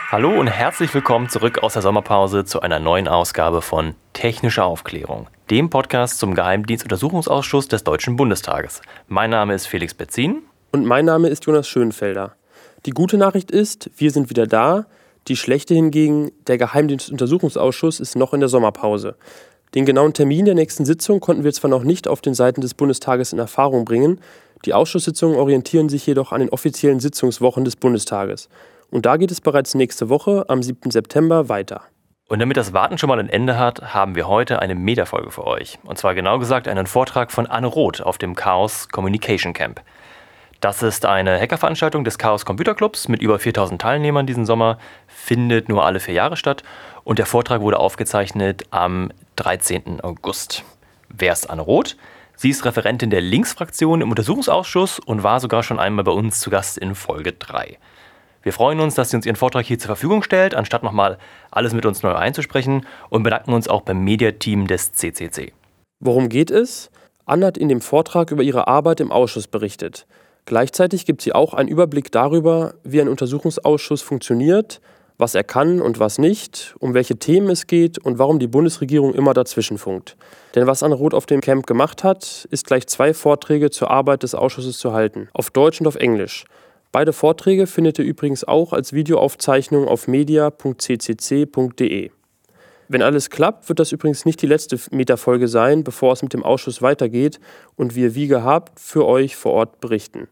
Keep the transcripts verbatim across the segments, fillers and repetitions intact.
Hallo und herzlich willkommen zurück aus der Sommerpause zu einer neuen Ausgabe von Technische Aufklärung, dem Podcast zum Geheimdienstuntersuchungsausschuss des Deutschen Bundestages. Mein Name ist Felix Betzin. Und mein Name ist Jonas Schönfelder. Die gute Nachricht ist, wir sind wieder da. Die schlechte hingegen, der Geheimdienstuntersuchungsausschuss ist noch in der Sommerpause. Den genauen Termin der nächsten Sitzung konnten wir zwar noch nicht auf den Seiten des Bundestages in Erfahrung bringen, die Ausschusssitzungen orientieren sich jedoch an den offiziellen Sitzungswochen des Bundestages. Und da geht es bereits nächste Woche, am siebten September, weiter. Und damit das Warten schon mal ein Ende hat, haben wir heute eine Meta-Folge für euch. Und zwar genau gesagt einen Vortrag von Anne Roth auf dem Chaos Communication Camp. Das ist eine Hackerveranstaltung des Chaos Computer Clubs mit über viertausend Teilnehmern diesen Sommer, findet nur alle vier Jahre statt und der Vortrag wurde aufgezeichnet am dreizehnten August. Wer ist Anne Roth? Sie ist Referentin der Linksfraktion im Untersuchungsausschuss und war sogar schon einmal bei uns zu Gast in Folge drei. Wir freuen uns, dass sie uns ihren Vortrag hier zur Verfügung stellt, anstatt nochmal alles mit uns neu einzusprechen und bedanken uns auch beim Mediateam des C C C. Worum geht es? Anne hat in dem Vortrag über ihre Arbeit im Ausschuss berichtet. Gleichzeitig gibt sie auch einen Überblick darüber, wie ein Untersuchungsausschuss funktioniert, was er kann und was nicht, um welche Themen es geht und warum die Bundesregierung immer dazwischenfunkt. Denn was Anne Roth auf dem Camp gemacht hat, ist gleich zwei Vorträge zur Arbeit des Ausschusses zu halten, auf Deutsch und auf Englisch. Beide Vorträge findet ihr übrigens auch als Videoaufzeichnung auf media punkt c c c punkt d e. Wenn alles klappt, wird das übrigens nicht die letzte Meta-Folge sein, bevor es mit dem Ausschuss weitergeht und wir wie gehabt für euch vor Ort berichten.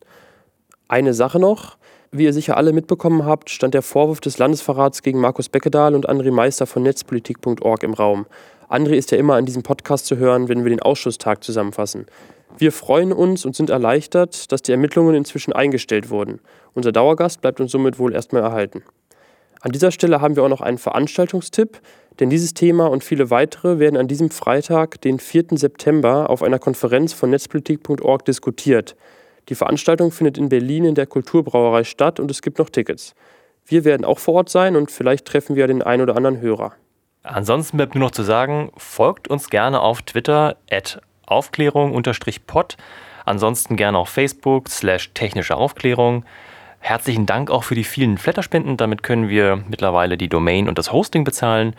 Eine Sache noch: Wie ihr sicher alle mitbekommen habt, stand der Vorwurf des Landesverrats gegen Markus Beckedahl und André Meister von netzpolitik punkt org im Raum. André ist ja immer an diesem Podcast zu hören, wenn wir den Ausschusstag zusammenfassen. Wir freuen uns und sind erleichtert, dass die Ermittlungen inzwischen eingestellt wurden. Unser Dauergast bleibt uns somit wohl erstmal erhalten. An dieser Stelle haben wir auch noch einen Veranstaltungstipp, denn dieses Thema und viele weitere werden an diesem Freitag, den vierten September, auf einer Konferenz von netzpolitik punkt org diskutiert. Die Veranstaltung findet in Berlin in der Kulturbrauerei statt und es gibt noch Tickets. Wir werden auch vor Ort sein und vielleicht treffen wir den einen oder anderen Hörer. Ansonsten bleibt nur noch zu sagen, folgt uns gerne auf Twitter at Aufklärung-Pod. Ansonsten gerne auf Facebook slash technische Aufklärung. Herzlichen Dank auch für die vielen Flatterspenden. Damit können wir mittlerweile die Domain und das Hosting bezahlen.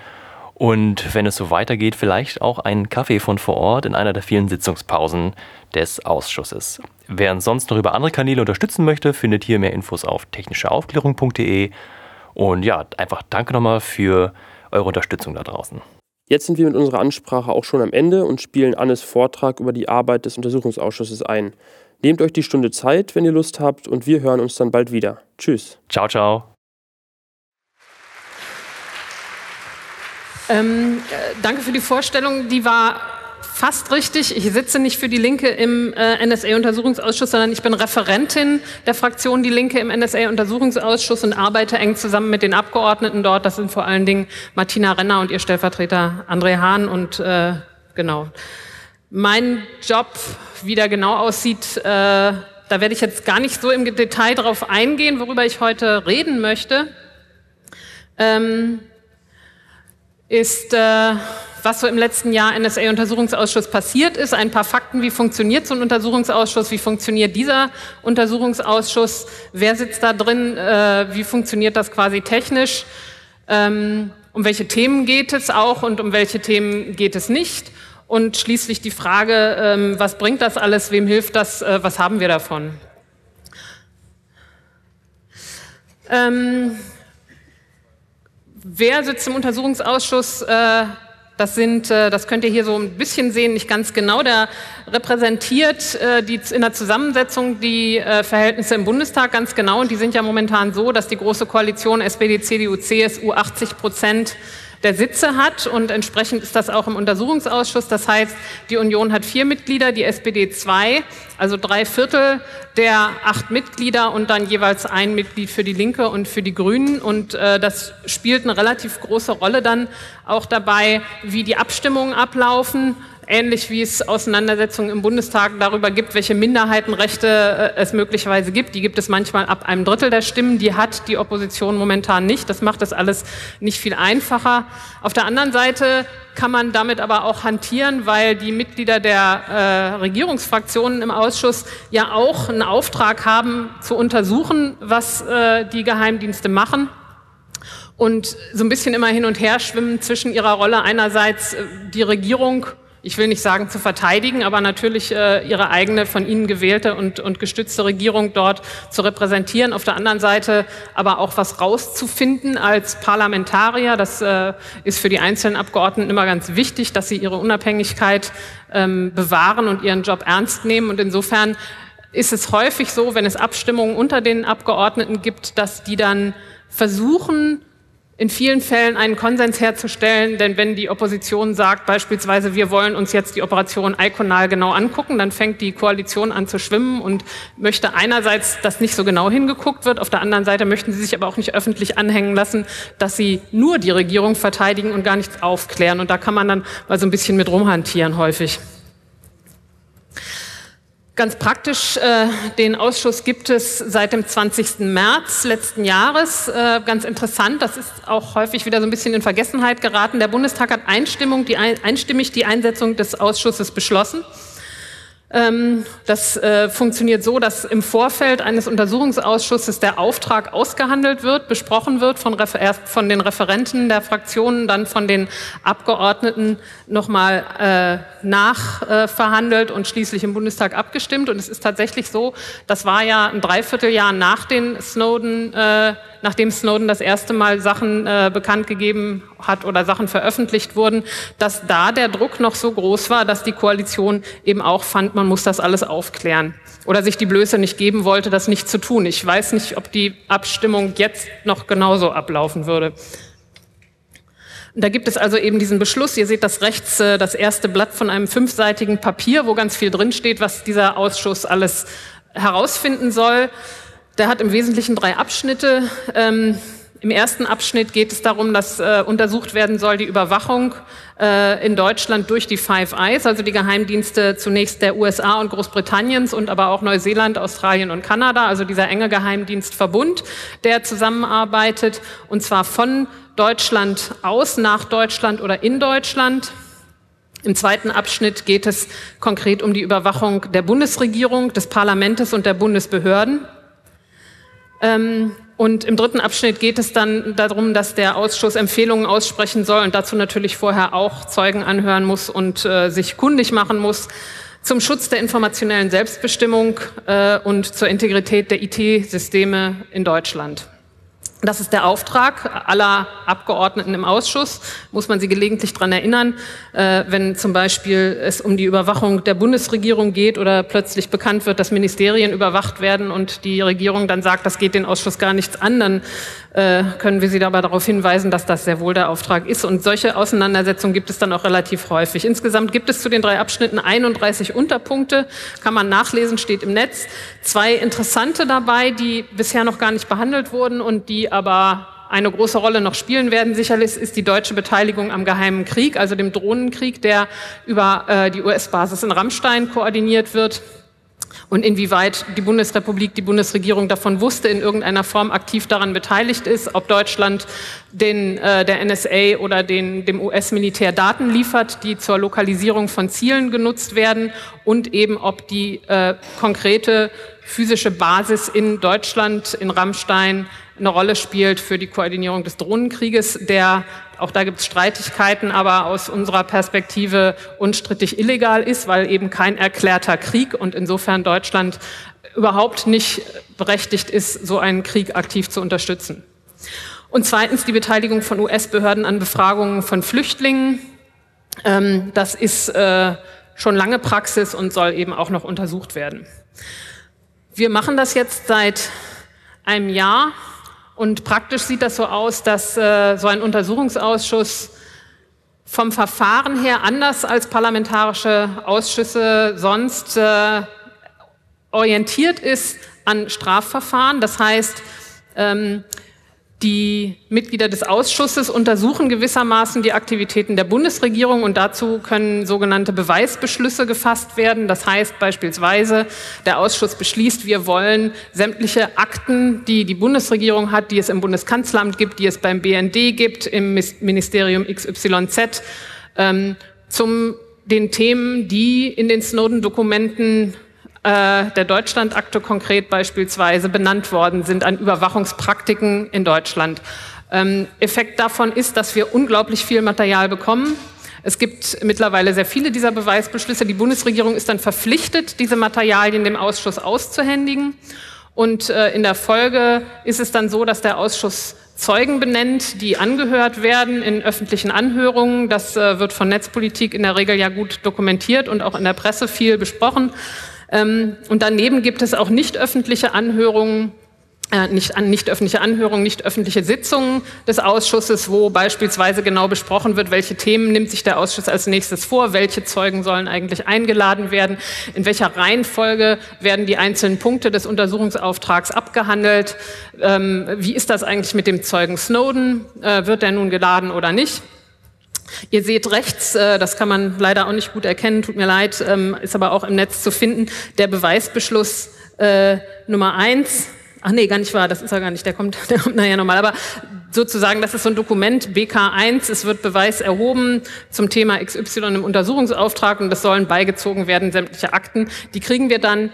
Und wenn es so weitergeht, vielleicht auch einen Kaffee von vor Ort in einer der vielen Sitzungspausen des Ausschusses. Wer uns sonst noch über andere Kanäle unterstützen möchte, findet hier mehr Infos auf technische aufklärung punkt d e. Und ja, einfach danke nochmal für eure Unterstützung da draußen. Jetzt sind wir mit unserer Ansprache auch schon am Ende und spielen Annes Vortrag über die Arbeit des Untersuchungsausschusses ein. Nehmt euch die Stunde Zeit, wenn ihr Lust habt, und wir hören uns dann bald wieder. Tschüss. Ciao, ciao. Ähm, äh, danke für die Vorstellung, die war fast richtig. Ich sitze nicht für die Linke im äh, N S A-Untersuchungsausschuss, sondern ich bin Referentin der Fraktion Die Linke im N S A-Untersuchungsausschuss und arbeite eng zusammen mit den Abgeordneten dort. Das sind vor allen Dingen Martina Renner und ihr Stellvertreter André Hahn. Und äh, genau, mein Job, wie der genau aussieht, äh, da werde ich jetzt gar nicht so im Detail drauf eingehen, worüber ich heute reden möchte. Ähm, ist, äh, was so im letzten Jahr N S A-Untersuchungsausschuss passiert ist. Ein paar Fakten, wie funktioniert so ein Untersuchungsausschuss, wie funktioniert dieser Untersuchungsausschuss, wer sitzt da drin, äh, wie funktioniert das quasi technisch, ähm, um welche Themen geht es auch und um welche Themen geht es nicht. Und schließlich die Frage, ähm, was bringt das alles, wem hilft das, äh, was haben wir davon? Ähm, Wer sitzt im Untersuchungsausschuss? Äh, das sind, äh, das könnt ihr hier so ein bisschen sehen, nicht ganz genau. Der repräsentiert äh, die, in der Zusammensetzung die äh, Verhältnisse im Bundestag ganz genau. Und die sind ja momentan so, dass die Große Koalition S P D, C D U, C S U achtzig Prozent der Sitze hat. Und entsprechend ist das auch im Untersuchungsausschuss. Das heißt, die Union hat vier Mitglieder, die S P D zwei, also drei Viertel der acht Mitglieder und dann jeweils ein Mitglied für die Linke und für die Grünen. Und äh, das spielt eine relativ große Rolle dann auch dabei, wie die Abstimmungen ablaufen. Ähnlich wie es Auseinandersetzungen im Bundestag darüber gibt, welche Minderheitenrechte äh, es möglicherweise gibt. Die gibt es manchmal ab einem Drittel der Stimmen. Die hat die Opposition momentan nicht. Das macht das alles nicht viel einfacher. Auf der anderen Seite kann man damit aber auch hantieren, weil die Mitglieder der äh, Regierungsfraktionen im Ausschuss ja auch einen Auftrag haben, zu untersuchen, was äh, die Geheimdienste machen. und so ein bisschen immer hin und her schwimmen zwischen ihrer Rolle einerseits die Regierung, ich will nicht sagen zu verteidigen, aber natürlich äh, ihre eigene von ihnen gewählte und, und gestützte Regierung dort zu repräsentieren. Auf der anderen Seite aber auch was rauszufinden als Parlamentarier. Das äh, ist für die einzelnen Abgeordneten immer ganz wichtig, dass sie ihre Unabhängigkeit ähm, bewahren und ihren Job ernst nehmen. Und insofern ist es häufig so, wenn es Abstimmungen unter den Abgeordneten gibt, dass die dann versuchen, in vielen Fällen einen Konsens herzustellen, denn wenn die Opposition sagt beispielsweise, wir wollen uns jetzt die Operation Iconal genau angucken, dann fängt die Koalition an zu schwimmen und möchte einerseits, dass nicht so genau hingeguckt wird, auf der anderen Seite möchten sie sich aber auch nicht öffentlich anhängen lassen, dass sie nur die Regierung verteidigen und gar nichts aufklären, und da kann man dann mal so ein bisschen mit rumhantieren häufig. Ganz praktisch, äh, den Ausschuss gibt es seit dem zwanzigsten März letzten Jahres. Äh, ganz interessant, das ist auch häufig wieder so ein bisschen in Vergessenheit geraten. Der Bundestag hat Einstimmung, die, einstimmig die Einsetzung des Ausschusses beschlossen. Ähm, das äh, funktioniert so, dass im Vorfeld eines Untersuchungsausschusses der Auftrag ausgehandelt wird, besprochen wird, von, erst von den Referenten der Fraktionen, dann von den Abgeordneten nochmal äh, nachverhandelt äh, und schließlich im Bundestag abgestimmt. Und es ist tatsächlich so, das war ja ein Dreivierteljahr nach den Snowden, äh, nachdem Snowden das erste Mal Sachen äh, bekannt gegeben hat oder Sachen veröffentlicht wurden, dass da der Druck noch so groß war, dass die Koalition eben auch fand, man muss das alles aufklären oder sich die Blöße nicht geben wollte, das nicht zu tun. Ich weiß nicht, ob die Abstimmung jetzt noch genauso ablaufen würde. Da gibt es also eben diesen Beschluss. Ihr seht das rechts, äh, das erste Blatt von einem fünfseitigen Papier, wo ganz viel drinsteht, was dieser Ausschuss alles herausfinden soll. Der hat im Wesentlichen drei Abschnitte. Ähm, Im ersten Abschnitt geht es darum, dass äh, untersucht werden soll die Überwachung äh, in Deutschland durch die Five Eyes, also die Geheimdienste zunächst der U S A und Großbritanniens und aber auch Neuseeland, Australien und Kanada, also dieser enge Geheimdienstverbund, der zusammenarbeitet, und zwar von Deutschland aus, nach Deutschland oder in Deutschland. Im zweiten Abschnitt geht es konkret um die Überwachung der Bundesregierung, des Parlaments und der Bundesbehörden. Und im dritten Abschnitt geht es dann darum, dass der Ausschuss Empfehlungen aussprechen soll und dazu natürlich vorher auch Zeugen anhören muss und äh, sich kundig machen muss zum Schutz der informationellen Selbstbestimmung äh, und zur Integrität der I T-Systeme in Deutschland. Das ist der Auftrag aller Abgeordneten im Ausschuss, muss man sie gelegentlich daran erinnern, äh, wenn zum Beispiel es um die Überwachung der Bundesregierung geht oder plötzlich bekannt wird, dass Ministerien überwacht werden und die Regierung dann sagt, das geht den Ausschuss gar nichts an, dann äh, können wir sie dabei darauf hinweisen, dass das sehr wohl der Auftrag ist. Und solche Auseinandersetzungen gibt es dann auch relativ häufig. Insgesamt gibt es zu den drei Abschnitten einunddreißig Unterpunkte, kann man nachlesen, steht im Netz. Zwei interessante dabei, die bisher noch gar nicht behandelt wurden und die aber eine große Rolle noch spielen werden. Sicherlich ist die deutsche Beteiligung am Geheimen Krieg, also dem Drohnenkrieg, der über äh, die U S-Basis in Rammstein koordiniert wird. Und inwieweit die Bundesrepublik, die Bundesregierung davon wusste, in irgendeiner Form aktiv daran beteiligt ist, ob Deutschland den, äh, der N S A oder den, dem U S-Militär Daten liefert, die zur Lokalisierung von Zielen genutzt werden, und eben ob die äh, konkrete physische Basis in Deutschland, in Rammstein, eine Rolle spielt für die Koordinierung des Drohnenkrieges, der, auch da gibt es Streitigkeiten, aber aus unserer Perspektive unstrittig illegal ist, weil eben kein erklärter Krieg und insofern Deutschland überhaupt nicht berechtigt ist, so einen Krieg aktiv zu unterstützen. Und zweitens die Beteiligung von U S-Behörden an Befragungen von Flüchtlingen. Ähm, das ist äh, schon lange Praxis und soll eben auch noch untersucht werden. Wir machen das jetzt seit einem Jahr. Und praktisch sieht das so aus, dass äh, so ein Untersuchungsausschuss vom Verfahren her anders als parlamentarische Ausschüsse sonst äh, orientiert ist an Strafverfahren. Das heißt, ähm, die Mitglieder des Ausschusses untersuchen gewissermaßen die Aktivitäten der Bundesregierung und dazu können sogenannte Beweisbeschlüsse gefasst werden. Das heißt beispielsweise, der Ausschuss beschließt, wir wollen sämtliche Akten, die die Bundesregierung hat, die es im Bundeskanzleramt gibt, die es beim B N D gibt, im Ministerium X Y Z, ähm, zum den Themen, die in den Snowden-Dokumenten der Deutschlandakte konkret beispielsweise benannt worden sind an Überwachungspraktiken in Deutschland Ähm, Effekt davon ist, dass wir unglaublich viel Material bekommen. Es gibt mittlerweile sehr viele dieser Beweisbeschlüsse. Die Bundesregierung ist dann verpflichtet, diese Materialien dem Ausschuss auszuhändigen. Und äh, in der Folge ist es dann so, dass der Ausschuss Zeugen benennt, die angehört werden in öffentlichen Anhörungen. Das äh, wird von Netzpolitik in der Regel ja gut dokumentiert und auch in der Presse viel besprochen. Ähm, und daneben gibt es auch nicht öffentliche Anhörungen, Äh, nicht, an, nicht öffentliche Anhörungen, nicht öffentliche Sitzungen des Ausschusses, wo beispielsweise genau besprochen wird, welche Themen nimmt sich der Ausschuss als nächstes vor, welche Zeugen sollen eigentlich eingeladen werden, in welcher Reihenfolge werden die einzelnen Punkte des Untersuchungsauftrags abgehandelt, ähm, wie ist das eigentlich mit dem Zeugen Snowden, äh, wird der nun geladen oder nicht? Ihr seht rechts, äh, das kann man leider auch nicht gut erkennen, tut mir leid, ähm, ist aber auch im Netz zu finden, der Beweisbeschluss äh, Nummer eins. Ach nee, gar nicht wahr, das ist er gar nicht, der kommt, der kommt nachher nochmal. Aber sozusagen, das ist so ein Dokument, B K eins, es wird Beweis erhoben zum Thema X Y im Untersuchungsauftrag und es sollen beigezogen werden sämtliche Akten. Die kriegen wir dann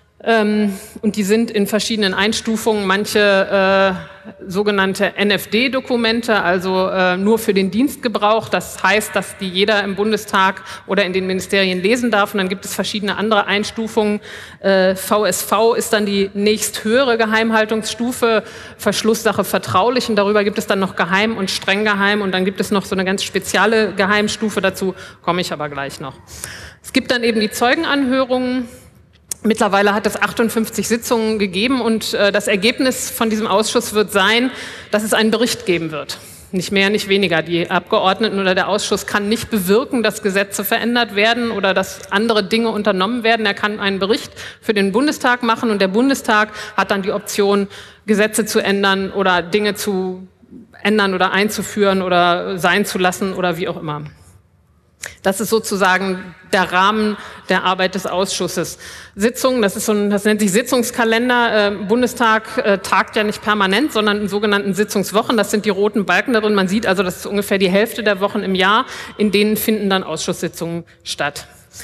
ähm, und die sind in verschiedenen Einstufungen, manche äh, sogenannte N F D-Dokumente, also äh, nur für den Dienstgebrauch. Das heißt, dass die jeder im Bundestag oder in den Ministerien lesen darf. Und dann gibt es verschiedene andere Einstufungen. Äh, V S V ist dann die nächsthöhere Geheimhaltungsstufe, Verschlusssache vertraulich. Und darüber gibt es dann noch geheim und streng geheim. Und dann gibt es noch so eine ganz spezielle Geheimstufe. Dazu komme ich aber gleich noch. Es gibt dann eben die Zeugenanhörungen. Mittlerweile hat es achtundfünfzig Sitzungen gegeben und äh, das Ergebnis von diesem Ausschuss wird sein, dass es einen Bericht geben wird. Nicht mehr, nicht weniger. Die Abgeordneten oder der Ausschuss kann nicht bewirken, dass Gesetze verändert werden oder dass andere Dinge unternommen werden. Er kann einen Bericht für den Bundestag machen und der Bundestag hat dann die Option, Gesetze zu ändern oder Dinge zu ändern oder einzuführen oder sein zu lassen oder wie auch immer. Das ist sozusagen der Rahmen der Arbeit des Ausschusses. Sitzungen, das ist so ein, das nennt sich Sitzungskalender. Äh, Bundestag äh, tagt ja nicht permanent, sondern in sogenannten Sitzungswochen. Das sind die roten Balken darin. Man sieht also, das ist ungefähr die Hälfte der Wochen im Jahr, in denen finden dann Ausschusssitzungen statt.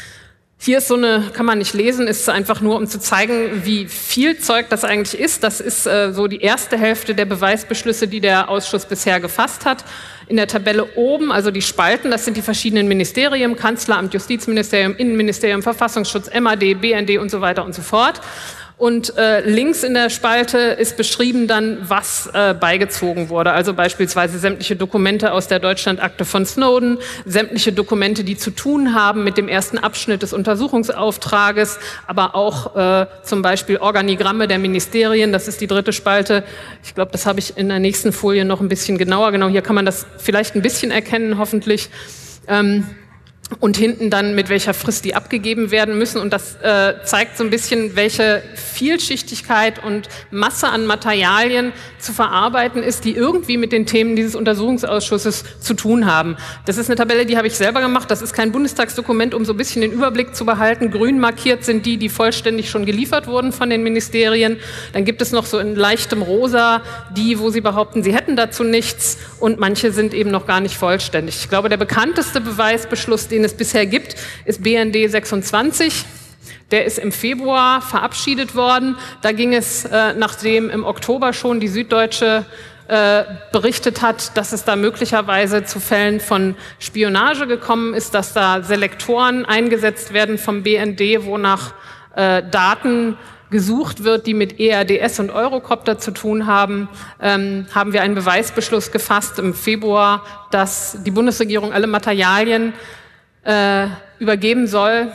Hier ist so eine, kann man nicht lesen, ist einfach nur, um zu zeigen, wie viel Zeug das eigentlich ist. Das ist äh, so die erste Hälfte der Beweisbeschlüsse, die der Ausschuss bisher gefasst hat. In der Tabelle oben, also die Spalten, das sind die verschiedenen Ministerien, Kanzleramt, Justizministerium, Innenministerium, Verfassungsschutz, M A D, B N D und so weiter und so fort. Und äh, links in der Spalte ist beschrieben dann, was äh, beigezogen wurde. Also beispielsweise sämtliche Dokumente aus der Deutschlandakte von Snowden, sämtliche Dokumente, die zu tun haben mit dem ersten Abschnitt des Untersuchungsauftrages, aber auch äh, zum Beispiel Organigramme der Ministerien. Das ist die dritte Spalte. Ich glaube, das habe ich in der nächsten Folie noch ein bisschen genauer. Genau, hier kann man das vielleicht ein bisschen erkennen, hoffentlich. Ähm, Und hinten dann, mit welcher Frist die abgegeben werden müssen. Und das äh, zeigt so ein bisschen, welche Vielschichtigkeit und Masse an Materialien zu verarbeiten ist, die irgendwie mit den Themen dieses Untersuchungsausschusses zu tun haben. Das ist eine Tabelle, die habe ich selber gemacht. Das ist kein Bundestagsdokument, um so ein bisschen den Überblick zu behalten. Grün markiert sind die, die vollständig schon geliefert wurden von den Ministerien. Dann gibt es noch so in leichtem Rosa die, wo sie behaupten, sie hätten dazu nichts. Und manche sind eben noch gar nicht vollständig. Ich glaube, der bekannteste Beweisbeschluss, den es bisher gibt, ist B N D sechsundzwanzig. Der ist im Februar verabschiedet worden. Da ging es, äh, nachdem im Oktober schon die Süddeutsche äh, berichtet hat, dass es da möglicherweise zu Fällen von Spionage gekommen ist, dass da Selektoren eingesetzt werden vom B N D, wonach äh, Daten gesucht wird, die mit E R D S und Eurocopter zu tun haben, ähm, haben wir einen Beweisbeschluss gefasst im Februar, dass die Bundesregierung alle Materialien äh, übergeben soll,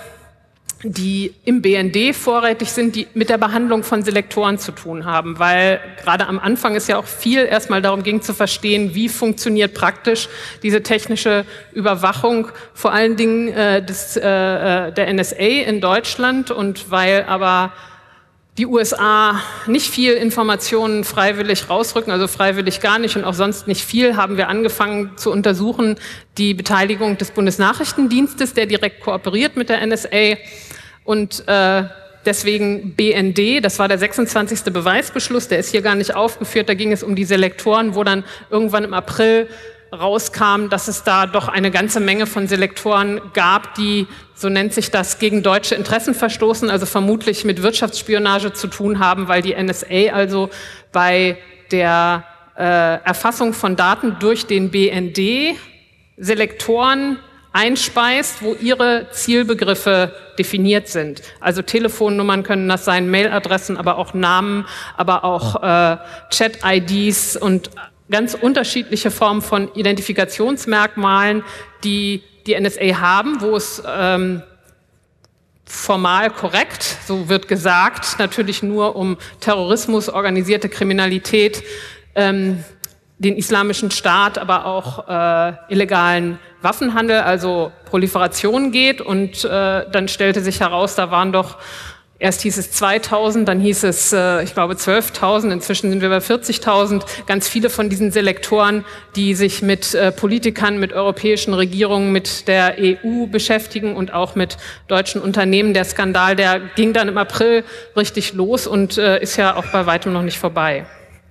die im B N D vorrätig sind, die mit der Behandlung von Selektoren zu tun haben, weil gerade am Anfang es ja auch viel erstmal darum ging zu verstehen, wie funktioniert praktisch diese technische Überwachung, vor allen Dingen äh, des, äh, der N S A in Deutschland, und weil aber die U S A nicht viel Informationen freiwillig rausrücken, also freiwillig gar nicht und auch sonst nicht viel, haben wir angefangen zu untersuchen die Beteiligung des Bundesnachrichtendienstes, der direkt kooperiert mit der N S A, und äh, deswegen B N D, das war der sechsundzwanzigste Beweisbeschluss, der ist hier gar nicht aufgeführt, da ging es um die Selektoren, wo dann irgendwann im April rauskam, dass es da doch eine ganze Menge von Selektoren gab, die, so nennt sich das, gegen deutsche Interessen verstoßen, also vermutlich mit Wirtschaftsspionage zu tun haben, weil die N S A also bei der äh, Erfassung von Daten durch den B N D Selektoren einspeist, wo ihre Zielbegriffe definiert sind. Also Telefonnummern können das sein, Mailadressen, aber auch Namen, aber auch äh, Chat-I Ds und ganz unterschiedliche Formen von Identifikationsmerkmalen, die die N S A haben, wo es ähm, formal korrekt, so wird gesagt, natürlich nur um Terrorismus, organisierte Kriminalität, ähm, den Islamischen Staat, aber auch äh, illegalen Waffenhandel, also Proliferation geht. Und äh, dann stellte sich heraus, da waren doch, erst hieß es zweitausend, dann hieß es, äh, ich glaube, zwölftausend, inzwischen sind wir bei vierzigtausend, ganz viele von diesen Selektoren, die sich mit äh, Politikern, mit europäischen Regierungen, mit der E U beschäftigen und auch mit deutschen Unternehmen. Der Skandal, der ging dann im April richtig los und äh, ist ja auch bei weitem noch nicht vorbei.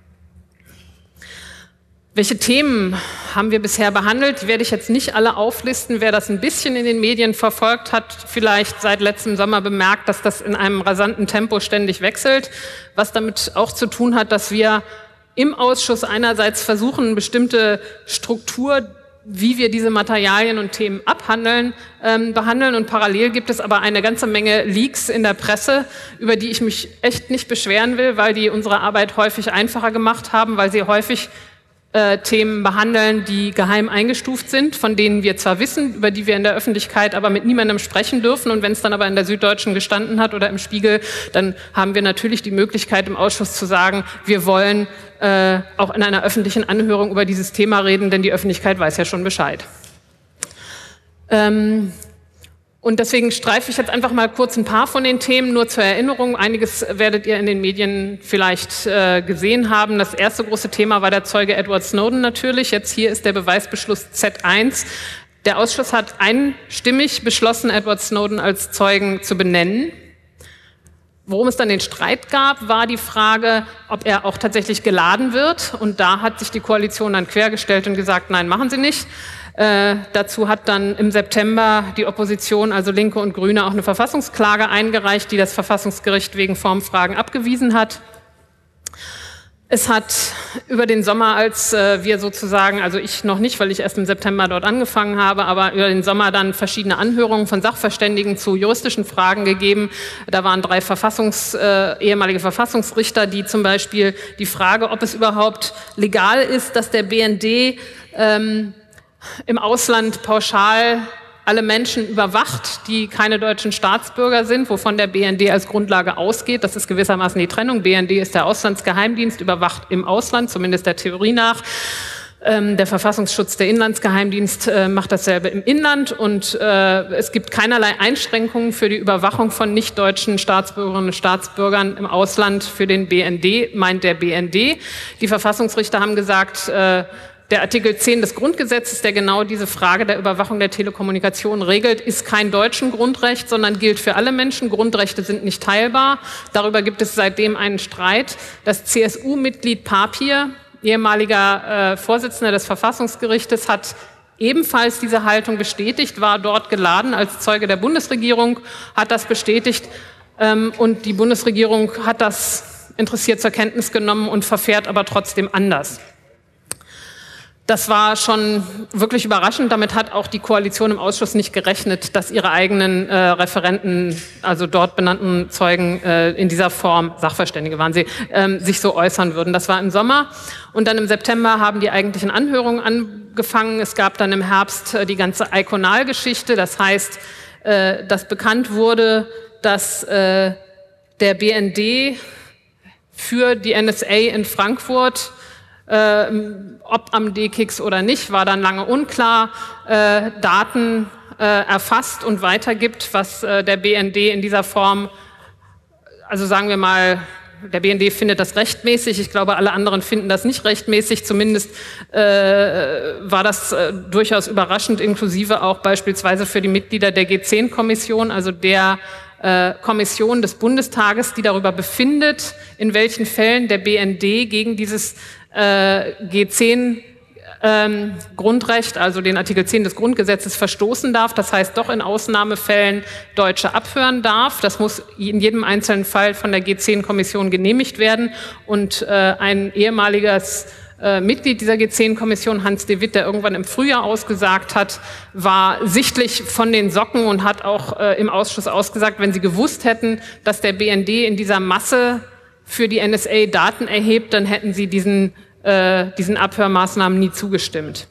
Welche Themen haben wir bisher behandelt? Die werde ich jetzt nicht alle auflisten. Wer das ein bisschen in den Medien verfolgt hat, vielleicht seit letztem Sommer bemerkt, dass das in einem rasanten Tempo ständig wechselt, was damit auch zu tun hat, dass wir im Ausschuss einerseits versuchen, eine bestimmte Struktur, wie wir diese Materialien und Themen abhandeln, ähm, behandeln. Und parallel gibt es aber eine ganze Menge Leaks in der Presse, über die ich mich echt nicht beschweren will, weil die unsere Arbeit häufig einfacher gemacht haben, weil sie häufig Äh, Themen behandeln, die geheim eingestuft sind, von denen wir zwar wissen, über die wir in der Öffentlichkeit aber mit niemandem sprechen dürfen. Und wenn es dann aber in der Süddeutschen gestanden hat oder im Spiegel, dann haben wir natürlich die Möglichkeit im Ausschuss zu sagen, wir wollen äh, auch in einer öffentlichen Anhörung über dieses Thema reden, denn die Öffentlichkeit weiß ja schon Bescheid. Ähm, Und deswegen streife ich jetzt einfach mal kurz ein paar von den Themen, nur zur Erinnerung. Einiges werdet ihr in den Medien vielleicht äh, gesehen haben. Das erste große Thema war der Zeuge Edward Snowden natürlich. Jetzt hier ist der Beweisbeschluss Z eins. Der Ausschuss hat einstimmig beschlossen, Edward Snowden als Zeugen zu benennen. Worum es dann den Streit gab, war die Frage, ob er auch tatsächlich geladen wird. Und da hat sich die Koalition dann quergestellt und gesagt, nein, machen Sie nicht. Äh, dazu hat dann im September die Opposition, also Linke und Grüne, auch eine Verfassungsklage eingereicht, die das Verfassungsgericht wegen Formfragen abgewiesen hat. Es hat über den Sommer, als äh, wir sozusagen, also ich noch nicht, weil ich erst im September dort angefangen habe, aber über den Sommer dann verschiedene Anhörungen von Sachverständigen zu juristischen Fragen gegeben. Da waren drei Verfassungs, äh, ehemalige Verfassungsrichter, die zum Beispiel die Frage, ob es überhaupt legal ist, dass der B N D ähm, im Ausland pauschal alle Menschen überwacht, die keine deutschen Staatsbürger sind, wovon der B N D als Grundlage ausgeht. Das ist gewissermaßen die Trennung. B N D ist der Auslandsgeheimdienst, überwacht im Ausland, zumindest der Theorie nach. Ähm, der Verfassungsschutz, der Inlandsgeheimdienst, äh, macht dasselbe im Inland. Und äh, es gibt keinerlei Einschränkungen für die Überwachung von nicht-deutschen Staatsbürgerinnen und Staatsbürgern im Ausland für den B N D, meint der B N D. Die Verfassungsrichter haben gesagt, äh, der Artikel zehn des Grundgesetzes, der genau diese Frage der Überwachung der Telekommunikation regelt, ist kein deutschen Grundrecht, sondern gilt für alle Menschen. Grundrechte sind nicht teilbar. Darüber gibt es seitdem einen Streit. Das C S U-Mitglied Papier, ehemaliger äh, Vorsitzender des Verfassungsgerichtes, hat ebenfalls diese Haltung bestätigt, war dort geladen als Zeuge der Bundesregierung, hat das bestätigt ähm, und die Bundesregierung hat das interessiert zur Kenntnis genommen und verfährt aber trotzdem anders. Das war schon wirklich überraschend. Damit hat auch die Koalition im Ausschuss nicht gerechnet, dass ihre eigenen äh, Referenten, also dort benannten Zeugen äh, in dieser Form, Sachverständige waren sie, ähm, sich so äußern würden. Das war im Sommer. Und dann im September haben die eigentlichen Anhörungen angefangen. Es gab dann im Herbst äh, die ganze Iconal-Geschichte. Das heißt, äh, dass bekannt wurde, dass äh, der B N D für die N S A in Frankfurt, Äh, ob am D K I X oder nicht, war dann lange unklar, äh, Daten äh, erfasst und weitergibt, was äh, der B N D in dieser Form, also sagen wir mal, der B N D findet das rechtmäßig, ich glaube, alle anderen finden das nicht rechtmäßig, zumindest äh, war das äh, durchaus überraschend, inklusive auch beispielsweise für die Mitglieder der G zehn Kommission, also der äh, Kommission des Bundestages, die darüber befindet, in welchen Fällen der B N D gegen dieses äh, G zehn Ähm, Grundrecht, also den Artikel zehn des Grundgesetzes, verstoßen darf. Das heißt, doch in Ausnahmefällen Deutsche abhören darf. Das muss in jedem einzelnen Fall von der G zehn Kommission genehmigt werden. Und äh, ein ehemaliges äh, Mitglied dieser G zehn Kommission, Hans de Witt, der irgendwann im Frühjahr ausgesagt hat, war sichtlich von den Socken und hat auch äh, im Ausschuss ausgesagt, wenn sie gewusst hätten, dass der B N D in dieser Masse für die N S A Daten erhebt, dann hätten sie diesen, äh, diesen Abhörmaßnahmen nie zugestimmt.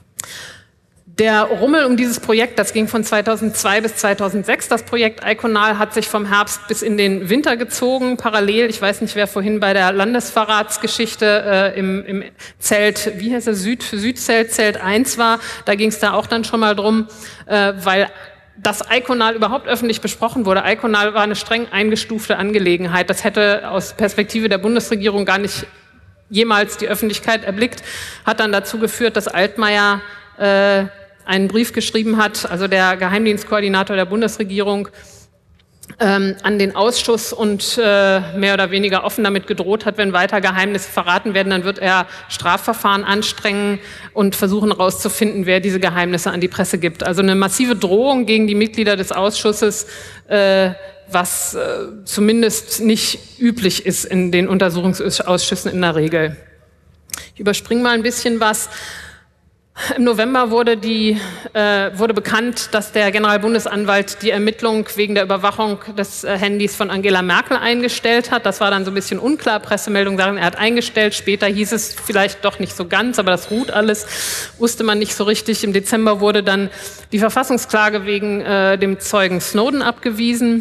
Der Rummel um dieses Projekt, das ging von zweitausendzwei bis zweitausendsechs. Das Projekt Iconal hat sich vom Herbst bis in den Winter gezogen. Parallel, ich weiß nicht, wer vorhin bei der Landesverratsgeschichte äh, im, im Zelt, wie heißt es, Süd, Südzelt, Zelt eins war. Da ging es da auch dann schon mal drum, äh, weil das Iconal überhaupt öffentlich besprochen wurde. Iconal war eine streng eingestufte Angelegenheit. Das hätte aus Perspektive der Bundesregierung gar nicht jemals die Öffentlichkeit erblickt. Hat dann dazu geführt, dass Altmaier äh, einen Brief geschrieben hat, also der Geheimdienstkoordinator der Bundesregierung, ähm, an den Ausschuss und äh, mehr oder weniger offen damit gedroht hat, wenn weiter Geheimnisse verraten werden, dann wird er Strafverfahren anstrengen und versuchen herauszufinden, wer diese Geheimnisse an die Presse gibt. Also eine massive Drohung gegen die Mitglieder des Ausschusses, äh, was äh, zumindest nicht üblich ist in den Untersuchungsausschüssen in der Regel. Ich überspringe mal ein bisschen was. Im November wurde, die, äh, wurde bekannt, dass der Generalbundesanwalt die Ermittlung wegen der Überwachung des äh, Handys von Angela Merkel eingestellt hat. Das war dann so ein bisschen unklar. Pressemeldungen sagen, er hat eingestellt. Später hieß es vielleicht doch nicht so ganz, aber das ruht alles. Wusste man nicht so richtig. Im Dezember wurde dann die Verfassungsklage wegen äh, dem Zeugen Snowden abgewiesen.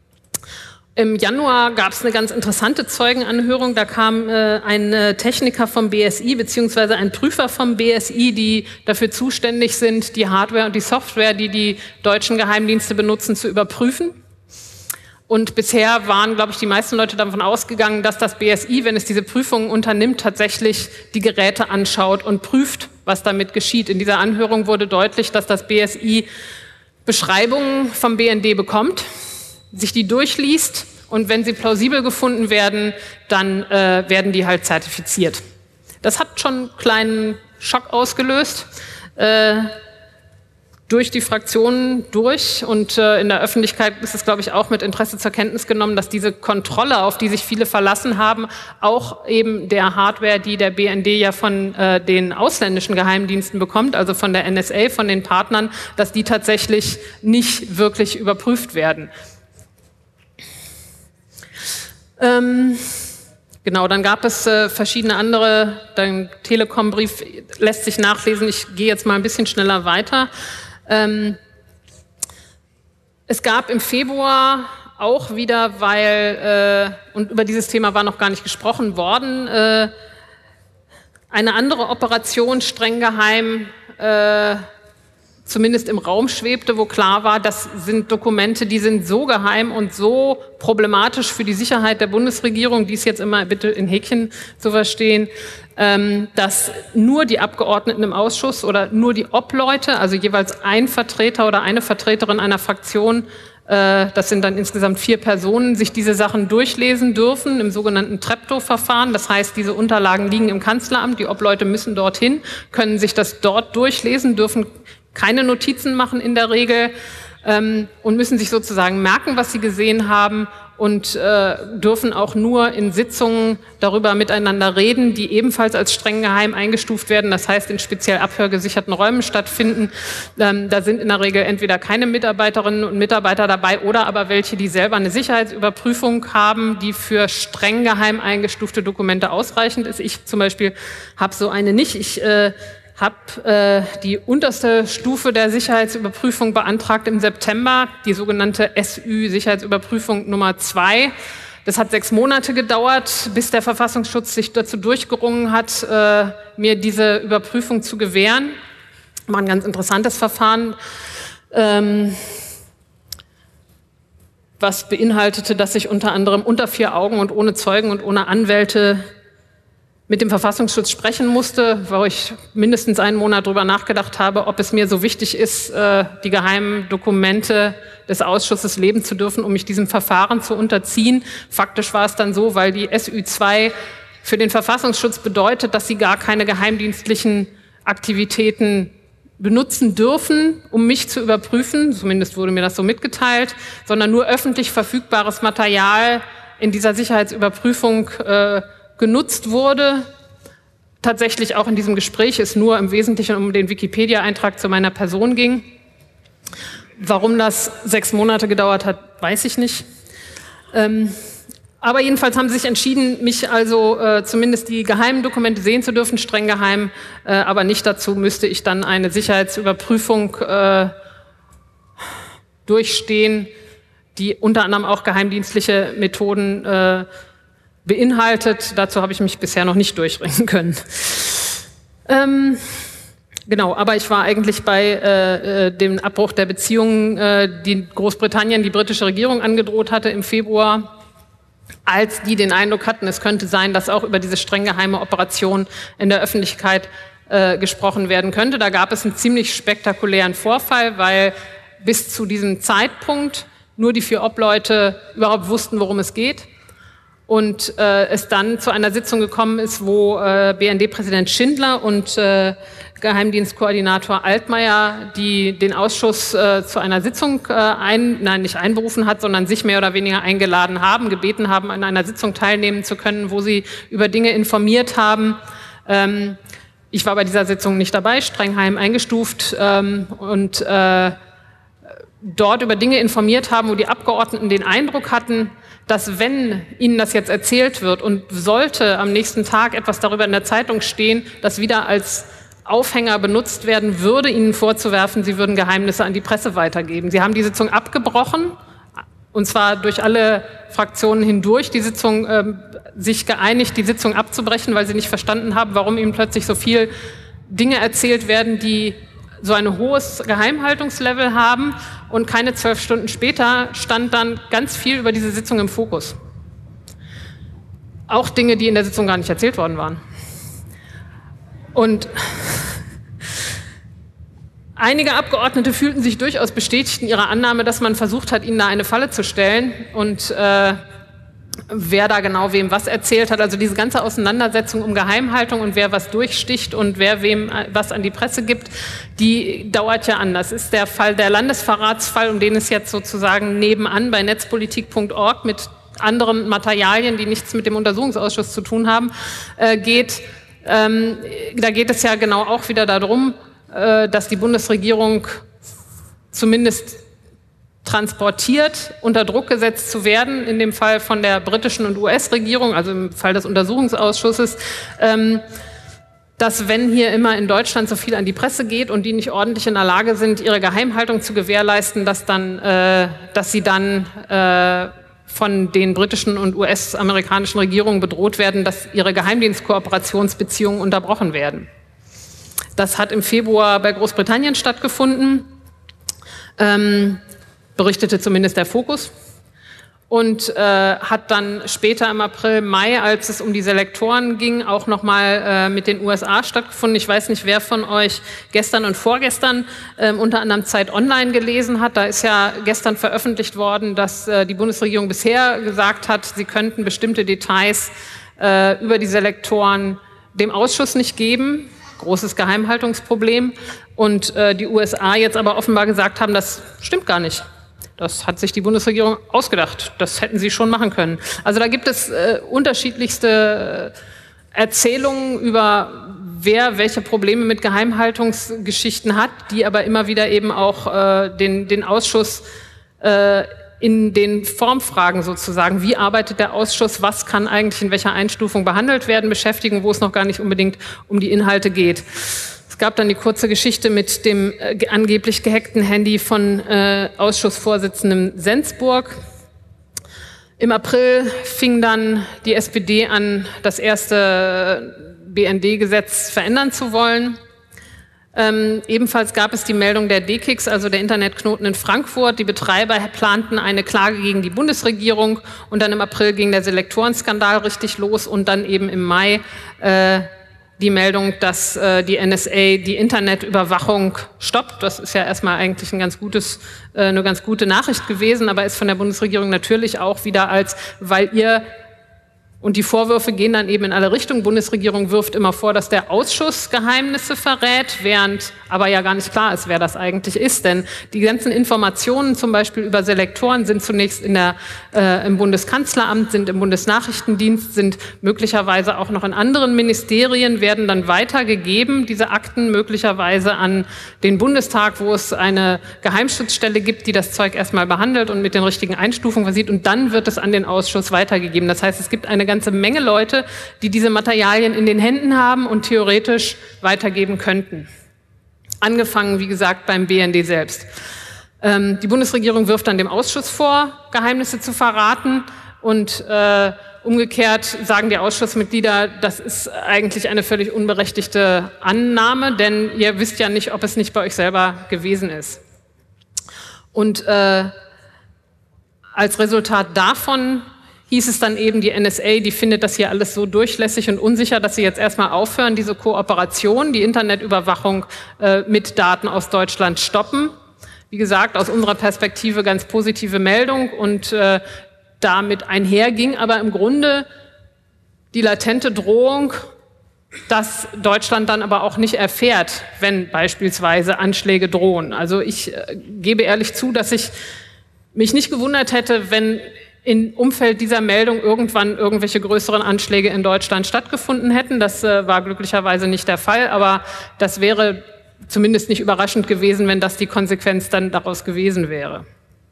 Im Januar gab es eine ganz interessante Zeugenanhörung. Da kam äh, ein äh, Techniker vom B S I beziehungsweise ein Prüfer vom B S I, die dafür zuständig sind, die Hardware und die Software, die die deutschen Geheimdienste benutzen, zu überprüfen. Und bisher waren, glaube ich, die meisten Leute davon ausgegangen, dass das B S I, wenn es diese Prüfungen unternimmt, tatsächlich die Geräte anschaut und prüft, was damit geschieht. In dieser Anhörung wurde deutlich, dass das B S I Beschreibungen vom B N D bekommt, sich die durchliest und wenn sie plausibel gefunden werden, dann äh, werden die halt zertifiziert. Das hat schon einen kleinen Schock ausgelöst, äh, durch die Fraktionen durch und äh, in der Öffentlichkeit ist es, glaube ich, auch mit Interesse zur Kenntnis genommen, dass diese Kontrolle, auf die sich viele verlassen haben, auch eben der Hardware, die der B N D ja von äh, den ausländischen Geheimdiensten bekommt, also von der N S A, von den Partnern, dass die tatsächlich nicht wirklich überprüft werden. Ähm, genau, dann gab es äh, verschiedene andere, der Telekom-Brief lässt sich nachlesen, ich gehe jetzt mal ein bisschen schneller weiter. Ähm, es gab im Februar auch wieder, weil, äh, und über dieses Thema war noch gar nicht gesprochen worden, äh, eine andere Operation streng geheim, äh, zumindest im Raum schwebte, wo klar war, das sind Dokumente, die sind so geheim und so problematisch für die Sicherheit der Bundesregierung, dies jetzt immer bitte in Häkchen zu verstehen, ähm, dass nur die Abgeordneten im Ausschuss oder nur die Obleute, also jeweils ein Vertreter oder eine Vertreterin einer Fraktion, äh, das sind dann insgesamt vier Personen, sich diese Sachen durchlesen dürfen im sogenannten Treptow-Verfahren. Das heißt, diese Unterlagen liegen im Kanzleramt, die Obleute müssen dorthin, können sich das dort durchlesen, dürfen keine Notizen machen in der Regel ähm, und müssen sich sozusagen merken, was sie gesehen haben und äh, dürfen auch nur in Sitzungen darüber miteinander reden, die ebenfalls als streng geheim eingestuft werden, das heißt in speziell abhörgesicherten Räumen stattfinden. Ähm, da sind in der Regel entweder keine Mitarbeiterinnen und Mitarbeiter dabei oder aber welche, die selber eine Sicherheitsüberprüfung haben, die für streng geheim eingestufte Dokumente ausreichend ist. Ich zum Beispiel habe so eine nicht. Ich äh, habe äh, die unterste Stufe der Sicherheitsüberprüfung beantragt im September, die sogenannte S Ü-Sicherheitsüberprüfung Nummer zwei. Das hat sechs Monate gedauert, bis der Verfassungsschutz sich dazu durchgerungen hat, äh, mir diese Überprüfung zu gewähren. War ein ganz interessantes Verfahren, ähm, was beinhaltete, dass ich unter anderem unter vier Augen und ohne Zeugen und ohne Anwälte mit dem Verfassungsschutz sprechen musste, wo ich mindestens einen Monat drüber nachgedacht habe, ob es mir so wichtig ist, die geheimen Dokumente des Ausschusses leben zu dürfen, um mich diesem Verfahren zu unterziehen. Faktisch war es dann so, weil die S Ü zwei für den Verfassungsschutz bedeutet, dass sie gar keine geheimdienstlichen Aktivitäten benutzen dürfen, um mich zu überprüfen, zumindest wurde mir das so mitgeteilt, sondern nur öffentlich verfügbares Material in dieser Sicherheitsüberprüfung äh, genutzt wurde. tatsächlich auch in diesem Gespräch es nur im Wesentlichen um den Wikipedia-Eintrag zu meiner Person ging. Warum das sechs Monate gedauert hat, weiß ich nicht. Ähm, aber jedenfalls haben sie sich entschieden, mich also äh, zumindest die geheimen Dokumente sehen zu dürfen, streng geheim, äh, aber nicht dazu müsste ich dann eine Sicherheitsüberprüfung äh, durchstehen, die unter anderem auch geheimdienstliche Methoden äh, beinhaltet. Dazu habe ich mich bisher noch nicht durchringen können. Ähm, genau, aber ich war eigentlich bei äh, dem Abbruch der Beziehungen, äh, die Großbritannien, die britische Regierung angedroht hatte im Februar, als die den Eindruck hatten, es könnte sein, dass auch über diese streng geheime Operation in der Öffentlichkeit äh, gesprochen werden könnte. Da gab es einen ziemlich spektakulären Vorfall, weil bis zu diesem Zeitpunkt nur die vier Obleute überhaupt wussten, worum es geht. Und äh, es dann zu einer Sitzung gekommen ist, wo äh, B N D-Präsident Schindler und äh, Geheimdienstkoordinator Altmaier, die den Ausschuss äh, zu einer Sitzung äh, ein, nein, nicht einberufen hat, sondern sich mehr oder weniger eingeladen haben, gebeten haben, an einer Sitzung teilnehmen zu können, wo sie über Dinge informiert haben. Ähm, ich war bei dieser Sitzung nicht dabei, streng geheim eingestuft ähm, und äh, dort über Dinge informiert haben, wo die Abgeordneten den Eindruck hatten, dass wenn ihnen das jetzt erzählt wird und sollte am nächsten Tag etwas darüber in der Zeitung stehen, das wieder als Aufhänger benutzt werden würde, ihnen vorzuwerfen, sie würden Geheimnisse an die Presse weitergeben. Sie haben die Sitzung abgebrochen, und zwar durch alle Fraktionen hindurch, die Sitzung äh, sich geeinigt, die Sitzung abzubrechen, weil sie nicht verstanden haben, warum ihnen plötzlich so viel Dinge erzählt werden, die so ein hohes Geheimhaltungslevel haben, und keine zwölf Stunden später stand dann ganz viel über diese Sitzung im Fokus. Auch Dinge, die in der Sitzung gar nicht erzählt worden waren. Und einige Abgeordnete fühlten sich durchaus bestätigt in ihrer Annahme, dass man versucht hat, ihnen da eine Falle zu stellen und äh, wer da genau wem was erzählt hat. Also diese ganze Auseinandersetzung um Geheimhaltung und wer was durchsticht und wer wem was an die Presse gibt, die dauert ja an. Das ist der Fall, der Landesverratsfall, um den es jetzt sozusagen nebenan bei netzpolitik punkt org mit anderen Materialien, die nichts mit dem Untersuchungsausschuss zu tun haben, äh, geht. Ähm, da geht es ja genau auch wieder darum, äh, dass die Bundesregierung zumindest transportiert, unter Druck gesetzt zu werden, in dem Fall von der britischen und U S-Regierung, also im Fall des Untersuchungsausschusses, ähm, dass wenn hier immer in Deutschland so viel an die Presse geht und die nicht ordentlich in der Lage sind, ihre Geheimhaltung zu gewährleisten, dass, dann, äh, dass sie dann äh, von den britischen und U S-amerikanischen Regierungen bedroht werden, dass ihre Geheimdienstkooperationsbeziehungen unterbrochen werden. Das hat im Februar bei Großbritannien stattgefunden. Ähm, berichtete zumindest der Fokus, und äh, hat dann später im April, Mai, als es um die Selektoren ging, auch nochmal äh, mit den U S A stattgefunden. Ich weiß nicht, wer von euch gestern und vorgestern äh, unter anderem Zeit Online gelesen hat. Da ist ja gestern veröffentlicht worden, dass äh, die Bundesregierung bisher gesagt hat, sie könnten bestimmte Details äh, über die Selektoren dem Ausschuss nicht geben. Großes Geheimhaltungsproblem. Und äh, die U S A jetzt aber offenbar gesagt haben, das stimmt gar nicht. Das hat sich die Bundesregierung ausgedacht. Das hätten sie schon machen können. Also da gibt es äh, unterschiedlichste Erzählungen über, wer welche Probleme mit Geheimhaltungsgeschichten hat, die aber immer wieder eben auch äh, den, den Ausschuss äh, in den Formfragen sozusagen, wie arbeitet der Ausschuss, was kann eigentlich in welcher Einstufung behandelt werden, beschäftigen, wo es noch gar nicht unbedingt um die Inhalte geht. Es gab dann die kurze Geschichte mit dem äh, angeblich gehackten Handy von äh, Ausschussvorsitzendem Sensburg. Im April fing dann die S P D an, das erste B N D-Gesetz verändern zu wollen. Ähm, ebenfalls gab es die Meldung der D K I X, also der Internetknoten in Frankfurt. Die Betreiber planten eine Klage gegen die Bundesregierung, und dann im April ging der Selektorenskandal richtig los, und dann eben im Mai äh, die Meldung, dass äh, die N S A die Internetüberwachung stoppt. Das ist ja erstmal eigentlich ein ganz gutes, äh, eine ganz gute Nachricht gewesen, aber ist von der Bundesregierung natürlich auch wieder als, weil ihr Und die Vorwürfe gehen dann eben in alle Richtungen. Die Bundesregierung wirft immer vor, dass der Ausschuss Geheimnisse verrät, während aber ja gar nicht klar ist, wer das eigentlich ist. Denn die ganzen Informationen zum Beispiel über Selektoren sind zunächst in der, äh, im Bundeskanzleramt, sind im Bundesnachrichtendienst, sind möglicherweise auch noch in anderen Ministerien, werden dann weitergegeben, diese Akten möglicherweise an den Bundestag, wo es eine Geheimschutzstelle gibt, die das Zeug erstmal behandelt und mit den richtigen Einstufungen versieht. Und dann wird es an den Ausschuss weitergegeben. Das heißt, es gibt eine ganze Menge Leute, die diese Materialien in den Händen haben und theoretisch weitergeben könnten. Angefangen, wie gesagt, beim B N D selbst. Ähm, die Bundesregierung wirft dann dem Ausschuss vor, Geheimnisse zu verraten, und äh, umgekehrt sagen die Ausschussmitglieder, das ist eigentlich eine völlig unberechtigte Annahme, denn ihr wisst ja nicht, ob es nicht bei euch selber gewesen ist. Und äh, als Resultat davon hieß es dann eben, die N S A, die findet das hier alles so durchlässig und unsicher, dass sie jetzt erstmal aufhören, diese Kooperation, die Internetüberwachung äh, mit Daten aus Deutschland stoppen. Wie gesagt, aus unserer Perspektive ganz positive Meldung, und äh, damit einherging aber im Grunde die latente Drohung, dass Deutschland dann aber auch nicht erfährt, wenn beispielsweise Anschläge drohen. Also ich äh, gebe ehrlich zu, dass ich mich nicht gewundert hätte, wenn im Umfeld dieser Meldung irgendwann irgendwelche größeren Anschläge in Deutschland stattgefunden hätten. Das äh, war glücklicherweise nicht der Fall, aber das wäre zumindest nicht überraschend gewesen, wenn das die Konsequenz dann daraus gewesen wäre.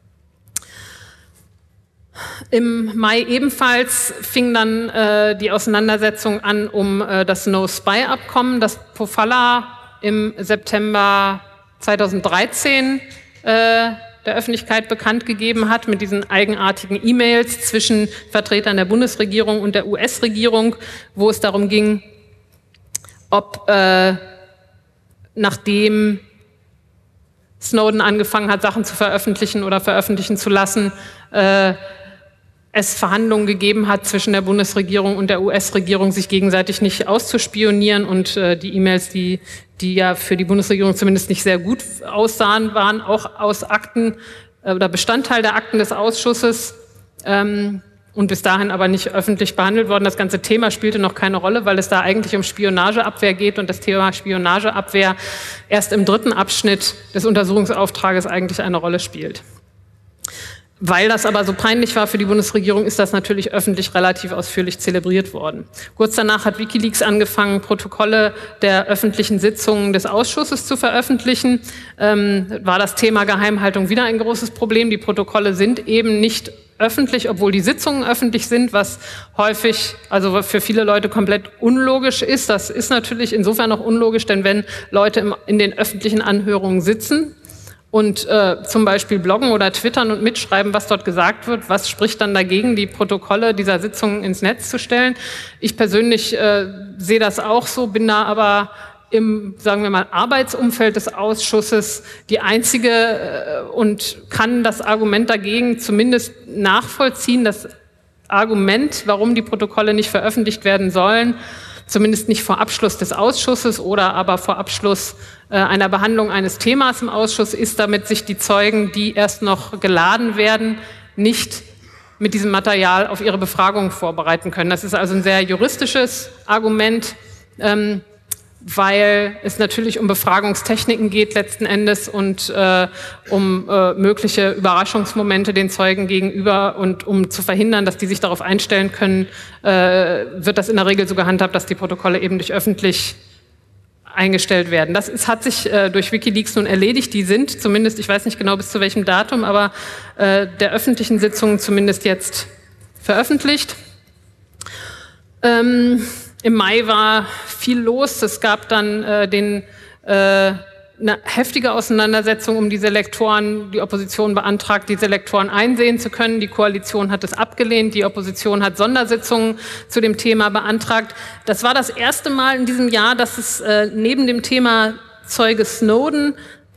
Im Mai ebenfalls fing dann äh, die Auseinandersetzung an um äh, das No-Spy-Abkommen, das Pofalla im September zweitausenddreizehn äh, der Öffentlichkeit bekannt gegeben hat, mit diesen eigenartigen E-Mails zwischen Vertretern der Bundesregierung und der U S-Regierung, wo es darum ging, ob äh, nachdem Snowden angefangen hat, Sachen zu veröffentlichen oder veröffentlichen zu lassen, äh, es Verhandlungen gegeben hat zwischen der Bundesregierung und der U S-Regierung, sich gegenseitig nicht auszuspionieren, und äh, die E-Mails, die, die ja für die Bundesregierung zumindest nicht sehr gut aussahen, waren auch aus Akten äh, oder Bestandteil der Akten des Ausschusses ähm, und bis dahin aber nicht öffentlich behandelt worden. Das ganze Thema spielte noch keine Rolle, weil es da eigentlich um Spionageabwehr geht und das Thema Spionageabwehr erst im dritten Abschnitt des Untersuchungsauftrages eigentlich eine Rolle spielt. Weil das aber so peinlich war für die Bundesregierung, ist das natürlich öffentlich relativ ausführlich zelebriert worden. Kurz danach hat WikiLeaks angefangen, Protokolle der öffentlichen Sitzungen des Ausschusses zu veröffentlichen. Ähm, war das Thema Geheimhaltung wieder ein großes Problem. Die Protokolle sind eben nicht öffentlich, obwohl die Sitzungen öffentlich sind, was häufig, also für viele Leute komplett unlogisch ist. Das ist natürlich insofern noch unlogisch, denn wenn Leute im, in den öffentlichen Anhörungen sitzen und äh, zum Beispiel bloggen oder twittern und mitschreiben, was dort gesagt wird, was spricht dann dagegen, die Protokolle dieser Sitzungen ins Netz zu stellen? Ich persönlich äh, sehe das auch so, bin da aber im, sagen wir mal, Arbeitsumfeld des Ausschusses die einzige äh, und kann das Argument dagegen zumindest nachvollziehen, das Argument, warum die Protokolle nicht veröffentlicht werden sollen, zumindest nicht vor Abschluss des Ausschusses oder aber vor Abschluss äh, einer Behandlung eines Themas im Ausschuss, ist, damit sich die Zeugen, die erst noch geladen werden, nicht mit diesem Material auf ihre Befragung vorbereiten können. Das ist also ein sehr juristisches Argument, ähm, weil es natürlich um Befragungstechniken geht letzten Endes und äh, um äh, mögliche Überraschungsmomente den Zeugen gegenüber, und um zu verhindern, dass die sich darauf einstellen können, äh, wird das in der Regel so gehandhabt, dass die Protokolle eben durch öffentlich eingestellt werden. Das ist, hat sich äh, durch WikiLeaks nun erledigt. Die sind zumindest, ich weiß nicht genau bis zu welchem Datum, aber äh, der öffentlichen Sitzungen zumindest jetzt veröffentlicht. Ähm, Im Mai war viel los. Es gab dann äh, den, äh, eine heftige Auseinandersetzung um die Selektoren. Die Opposition beantragt, die Selektoren einsehen zu können. Die Koalition hat es abgelehnt. Die Opposition hat Sondersitzungen zu dem Thema beantragt. Das war das erste Mal in diesem Jahr, dass es äh, neben dem Thema Zeuge Snowden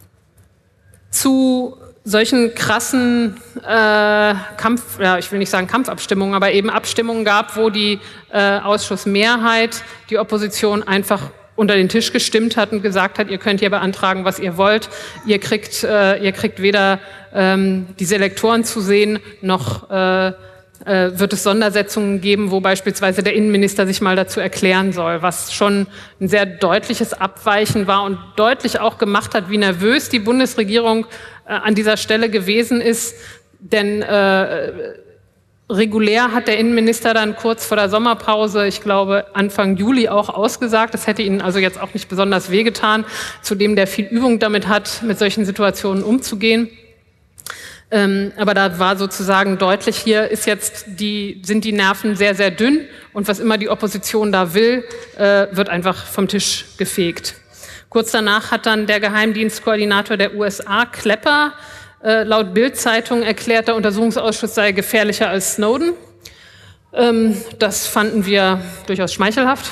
zu solchen krassen äh, Kampf, ja, ich will nicht sagen Kampfabstimmungen, aber eben Abstimmungen gab, wo die äh, Ausschussmehrheit die Opposition einfach unter den Tisch gestimmt hat und gesagt hat, ihr könnt hier beantragen, was ihr wollt. Ihr kriegt, äh, ihr kriegt weder ähm, die Selektoren zu sehen, noch äh, äh, wird es Sondersetzungen geben, wo beispielsweise der Innenminister sich mal dazu erklären soll, was schon ein sehr deutliches Abweichen war und deutlich auch gemacht hat, wie nervös die Bundesregierung äh, an dieser Stelle gewesen ist. Denn äh, regulär hat der Innenminister dann kurz vor der Sommerpause, ich glaube Anfang Juli auch ausgesagt, das hätte Ihnen also jetzt auch nicht besonders wehgetan, zudem der viel Übung damit hat, mit solchen Situationen umzugehen. Ähm, aber da war sozusagen deutlich, hier ist jetzt die, sind die Nerven sehr, sehr dünn und was immer die Opposition da will, äh, wird einfach vom Tisch gefegt. Kurz danach hat dann der Geheimdienstkoordinator der U S A, Klepper, äh, laut Bild-Zeitung erklärt, der Untersuchungsausschuss sei gefährlicher als Snowden. Ähm, das fanden wir durchaus schmeichelhaft,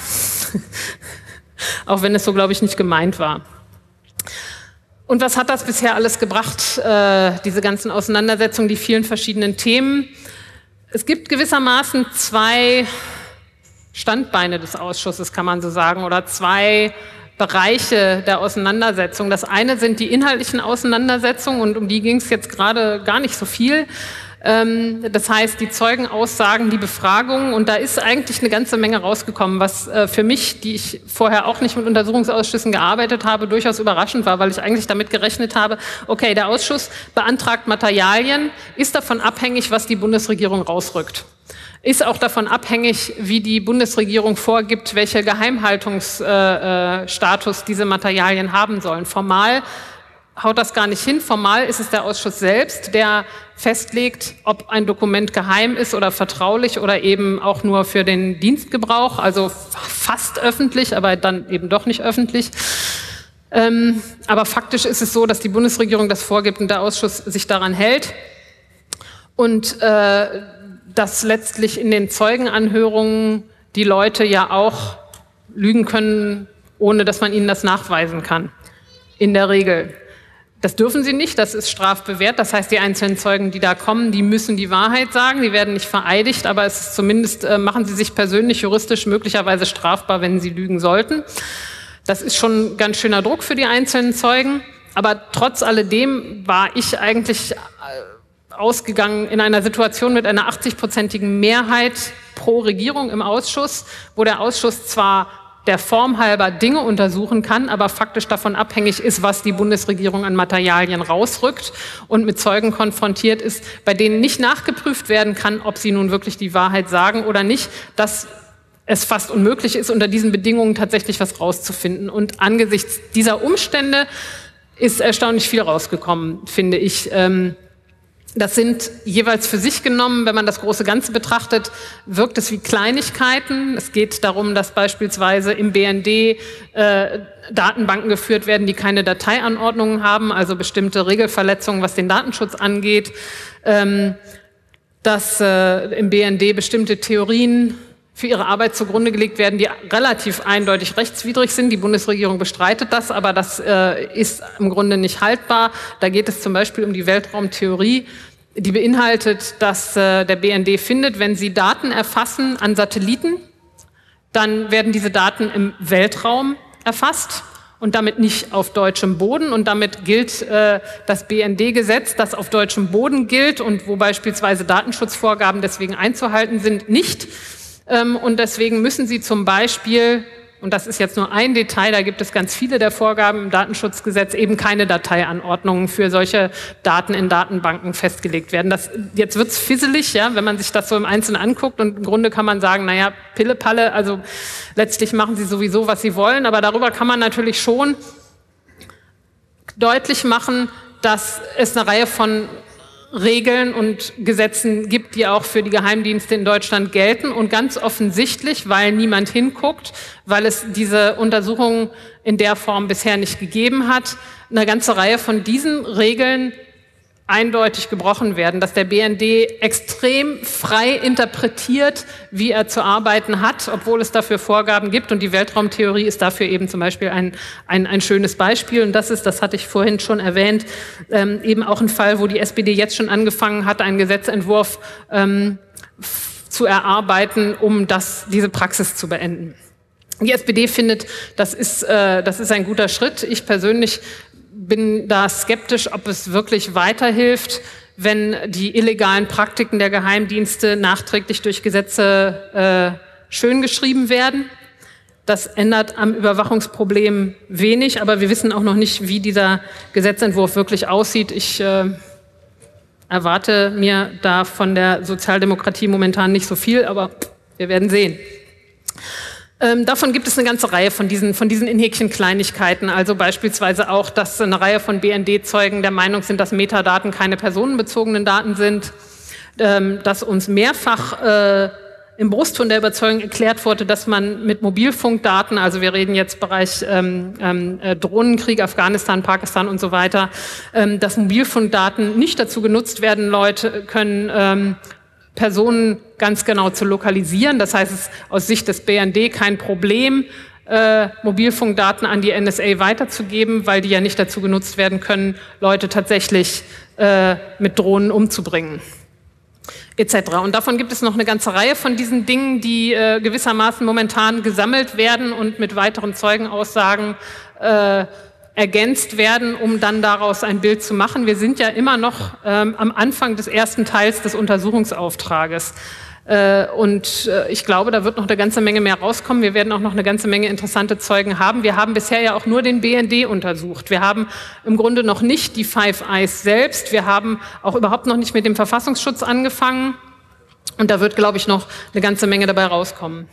auch wenn es so, glaube ich, nicht gemeint war. Und was hat das bisher alles gebracht, äh, diese ganzen Auseinandersetzungen, die vielen verschiedenen Themen? Es gibt gewissermaßen zwei Standbeine des Ausschusses, kann man so sagen, oder zwei Bereiche der Auseinandersetzung. Das eine sind die inhaltlichen Auseinandersetzungen und um die ging es jetzt gerade gar nicht so viel. Ähm, das heißt, die Zeugenaussagen, die Befragungen und da ist eigentlich eine ganze Menge rausgekommen, was äh, für mich, die ich vorher auch nicht mit Untersuchungsausschüssen gearbeitet habe, durchaus überraschend war, weil ich eigentlich damit gerechnet habe, okay, der Ausschuss beantragt Materialien, ist davon abhängig, was die Bundesregierung rausrückt. Ist auch davon abhängig, wie die Bundesregierung vorgibt, welche Geheimhaltungsstatus äh, diese Materialien haben sollen. Formal haut das gar nicht hin. Formal ist es der Ausschuss selbst, der festlegt, ob ein Dokument geheim ist oder vertraulich oder eben auch nur für den Dienstgebrauch, also fast öffentlich, aber dann eben doch nicht öffentlich. Ähm, aber faktisch ist es so, dass die Bundesregierung das vorgibt und der Ausschuss sich daran hält. Und äh, dass letztlich in den Zeugenanhörungen die Leute ja auch lügen können, ohne dass man ihnen das nachweisen kann. In der Regel. Das dürfen sie nicht, das ist strafbewehrt. Das heißt, die einzelnen Zeugen, die da kommen, die müssen die Wahrheit sagen. Die werden nicht vereidigt, aber es ist zumindest, äh, machen sie sich persönlich, juristisch möglicherweise strafbar, wenn sie lügen sollten. Das ist schon ein ganz schöner Druck für die einzelnen Zeugen. Aber trotz alledem war ich eigentlich äh, ausgegangen in einer Situation mit einer achtzig-prozentigen Mehrheit pro Regierung im Ausschuss, wo der Ausschuss zwar der Form halber Dinge untersuchen kann, aber faktisch davon abhängig ist, was die Bundesregierung an Materialien rausrückt und mit Zeugen konfrontiert ist, bei denen nicht nachgeprüft werden kann, ob sie nun wirklich die Wahrheit sagen oder nicht, dass es fast unmöglich ist, unter diesen Bedingungen tatsächlich was rauszufinden. Und angesichts dieser Umstände ist erstaunlich viel rausgekommen, finde ich. Das sind jeweils für sich genommen, wenn man das große Ganze betrachtet, wirkt es wie Kleinigkeiten. Es geht darum, dass beispielsweise im B N D äh, Datenbanken geführt werden, die keine Dateianordnungen haben, also bestimmte Regelverletzungen, was den Datenschutz angeht. Ähm, dass äh, im B N D bestimmte Theorien für ihre Arbeit zugrunde gelegt werden, die relativ eindeutig rechtswidrig sind. Die Bundesregierung bestreitet das, aber das äh, ist im Grunde nicht haltbar. Da geht es zum Beispiel um die Weltraumtheorie, die beinhaltet, dass äh, der B N D findet, wenn sie Daten erfassen an Satelliten, dann werden diese Daten im Weltraum erfasst und damit nicht auf deutschem Boden. Und damit gilt äh, das B N D-Gesetz, das auf deutschem Boden gilt und wo beispielsweise Datenschutzvorgaben deswegen einzuhalten sind, nicht. Und deswegen müssen Sie zum Beispiel, und das ist jetzt nur ein Detail, da gibt es ganz viele der Vorgaben im Datenschutzgesetz, eben keine Dateianordnungen für solche Daten in Datenbanken festgelegt werden. Das, jetzt wird's fisselig, ja, wenn man sich das so im Einzelnen anguckt und im Grunde kann man sagen, naja, Pille-Palle, also letztlich machen Sie sowieso, was Sie wollen, aber darüber kann man natürlich schon deutlich machen, dass es eine Reihe von Regeln und Gesetzen gibt, die auch für die Geheimdienste in Deutschland gelten und ganz offensichtlich, weil niemand hinguckt, weil es diese Untersuchungen in der Form bisher nicht gegeben hat, eine ganze Reihe von diesen Regeln eindeutig gebrochen werden, dass der B N D extrem frei interpretiert, wie er zu arbeiten hat, obwohl es dafür Vorgaben gibt. Und die Weltraumtheorie ist dafür eben zum Beispiel ein, ein, ein schönes Beispiel. Und das ist, das hatte ich vorhin schon erwähnt, ähm, eben auch ein Fall, wo die S P D jetzt schon angefangen hat, einen Gesetzentwurf ähm, zu erarbeiten, um das, diese Praxis zu beenden. Die S P D findet, das ist, äh, das ist ein guter Schritt. Ich persönlich bin da skeptisch, ob es wirklich weiterhilft. wenn die illegalen Praktiken der Geheimdienste nachträglich durch Gesetze äh, schön geschrieben werden. Das ändert am Überwachungsproblem wenig, aber wir wissen auch noch nicht, wie dieser Gesetzentwurf wirklich aussieht. Ich äh, erwarte mir da von der Sozialdemokratie momentan nicht so viel, aber wir werden sehen. Ähm, davon gibt es eine ganze Reihe von diesen, von diesen in Häkchen Kleinigkeiten. Also beispielsweise auch, dass eine Reihe von B N D-Zeugen der Meinung sind, dass Metadaten keine personenbezogenen Daten sind, ähm, dass uns mehrfach äh, im Brustton der Überzeugung erklärt wurde, dass man mit Mobilfunkdaten, also wir reden jetzt Bereich ähm, ähm, Drohnenkrieg, Afghanistan, Pakistan und so weiter, ähm, dass Mobilfunkdaten nicht dazu genutzt werden, Leute können ähm, Personen ganz genau zu lokalisieren. Das heißt, es ist aus Sicht des B N D kein Problem, äh, Mobilfunkdaten an die N S A weiterzugeben, weil die ja nicht dazu genutzt werden können, Leute tatsächlich äh, mit Drohnen umzubringen. Etc. Und davon gibt es noch eine ganze Reihe von diesen Dingen, die äh, gewissermaßen momentan gesammelt werden und mit weiteren Zeugenaussagen äh, ergänzt werden, um dann daraus ein Bild zu machen. Wir sind ja immer noch ähm, am Anfang des ersten Teils des Untersuchungsauftrages. Äh, und äh, ich glaube, da wird noch eine ganze Menge mehr rauskommen. Wir werden auch noch eine ganze Menge interessante Zeugen haben. Wir haben bisher ja auch nur den B N D untersucht. Wir haben im Grunde noch nicht die Five Eyes selbst. Wir haben auch überhaupt noch nicht mit dem Verfassungsschutz angefangen. Und da wird, glaube ich, noch eine ganze Menge dabei rauskommen.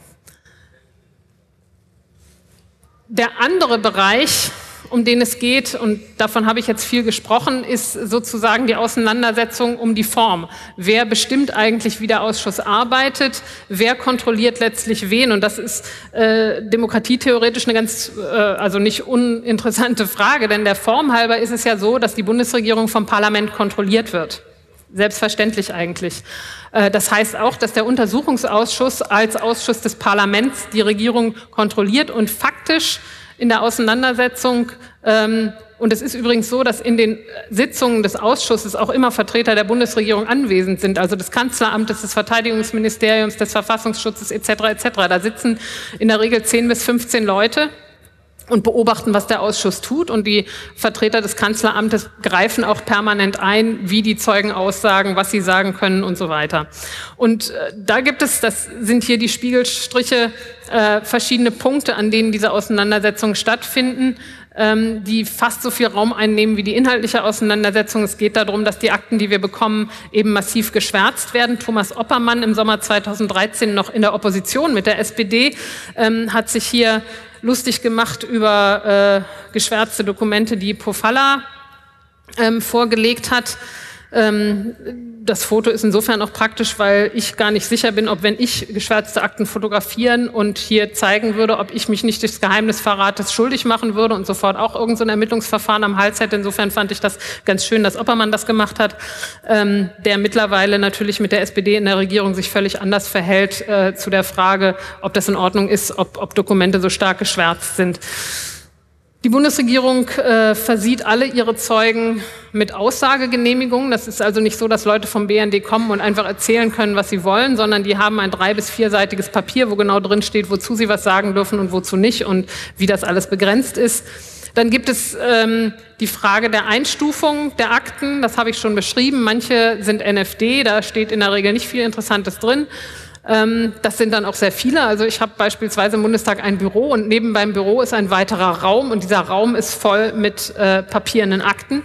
Der andere Bereich, um den es geht, und davon habe ich jetzt viel gesprochen, ist sozusagen die Auseinandersetzung um die Form. Wer bestimmt eigentlich, wie der Ausschuss arbeitet? Wer kontrolliert letztlich wen? Und das ist äh, demokratietheoretisch eine ganz, äh, also nicht uninteressante Frage, denn der Form halber ist es ja so, dass die Bundesregierung vom Parlament kontrolliert wird. Selbstverständlich eigentlich. Äh, das heißt auch, dass der Untersuchungsausschuss als Ausschuss des Parlaments die Regierung kontrolliert und faktisch in der Auseinandersetzung, ähm, und es ist übrigens so, dass in den Sitzungen des Ausschusses auch immer Vertreter der Bundesregierung anwesend sind, also des Kanzleramtes, des Verteidigungsministeriums, des Verfassungsschutzes et cetera et cetera. Da sitzen in der Regel zehn bis fünfzehn Leute und beobachten, was der Ausschuss tut. Und die Vertreter des Kanzleramtes greifen auch permanent ein, wie die Zeugen aussagen, was sie sagen können und so weiter. Und äh, da gibt es, das sind hier die Spiegelstriche, äh, verschiedene Punkte, an denen diese Auseinandersetzungen stattfinden, ähm, die fast so viel Raum einnehmen wie die inhaltliche Auseinandersetzung. Es geht darum, dass die Akten, die wir bekommen, eben massiv geschwärzt werden. Thomas Oppermann im Sommer zweitausenddreizehn noch in der Opposition mit der S P D ähm, hat sich hier lustig gemacht über äh, geschwärzte Dokumente, die Pofalla ähm, vorgelegt hat. Ähm, das Foto ist insofern auch praktisch, weil ich gar nicht sicher bin, ob wenn ich geschwärzte Akten fotografieren und hier zeigen würde, ob ich mich nicht des Geheimnisverrates schuldig machen würde und sofort auch irgend so ein Ermittlungsverfahren am Hals hätte. Insofern fand ich das ganz schön, dass Oppermann das gemacht hat, ähm, der mittlerweile natürlich mit der S P D in der Regierung sich völlig anders verhält äh, zu der Frage, ob das in Ordnung ist, ob, ob Dokumente so stark geschwärzt sind. Die Bundesregierung äh, versieht alle ihre Zeugen mit Aussagegenehmigungen. Das ist also nicht so, dass Leute vom B N D kommen und einfach erzählen können, was sie wollen, sondern die haben ein drei- bis vierseitiges Papier, wo genau drin steht, wozu sie was sagen dürfen und wozu nicht und wie das alles begrenzt ist. Dann gibt es ähm, die Frage der Einstufung der Akten. Das habe ich schon beschrieben. Manche sind N F D, da steht in der Regel nicht viel Interessantes drin. Das sind dann auch sehr viele. Also ich habe beispielsweise im Bundestag ein Büro und neben beim Büro ist ein weiterer Raum und dieser Raum ist voll mit äh, papierenden Akten.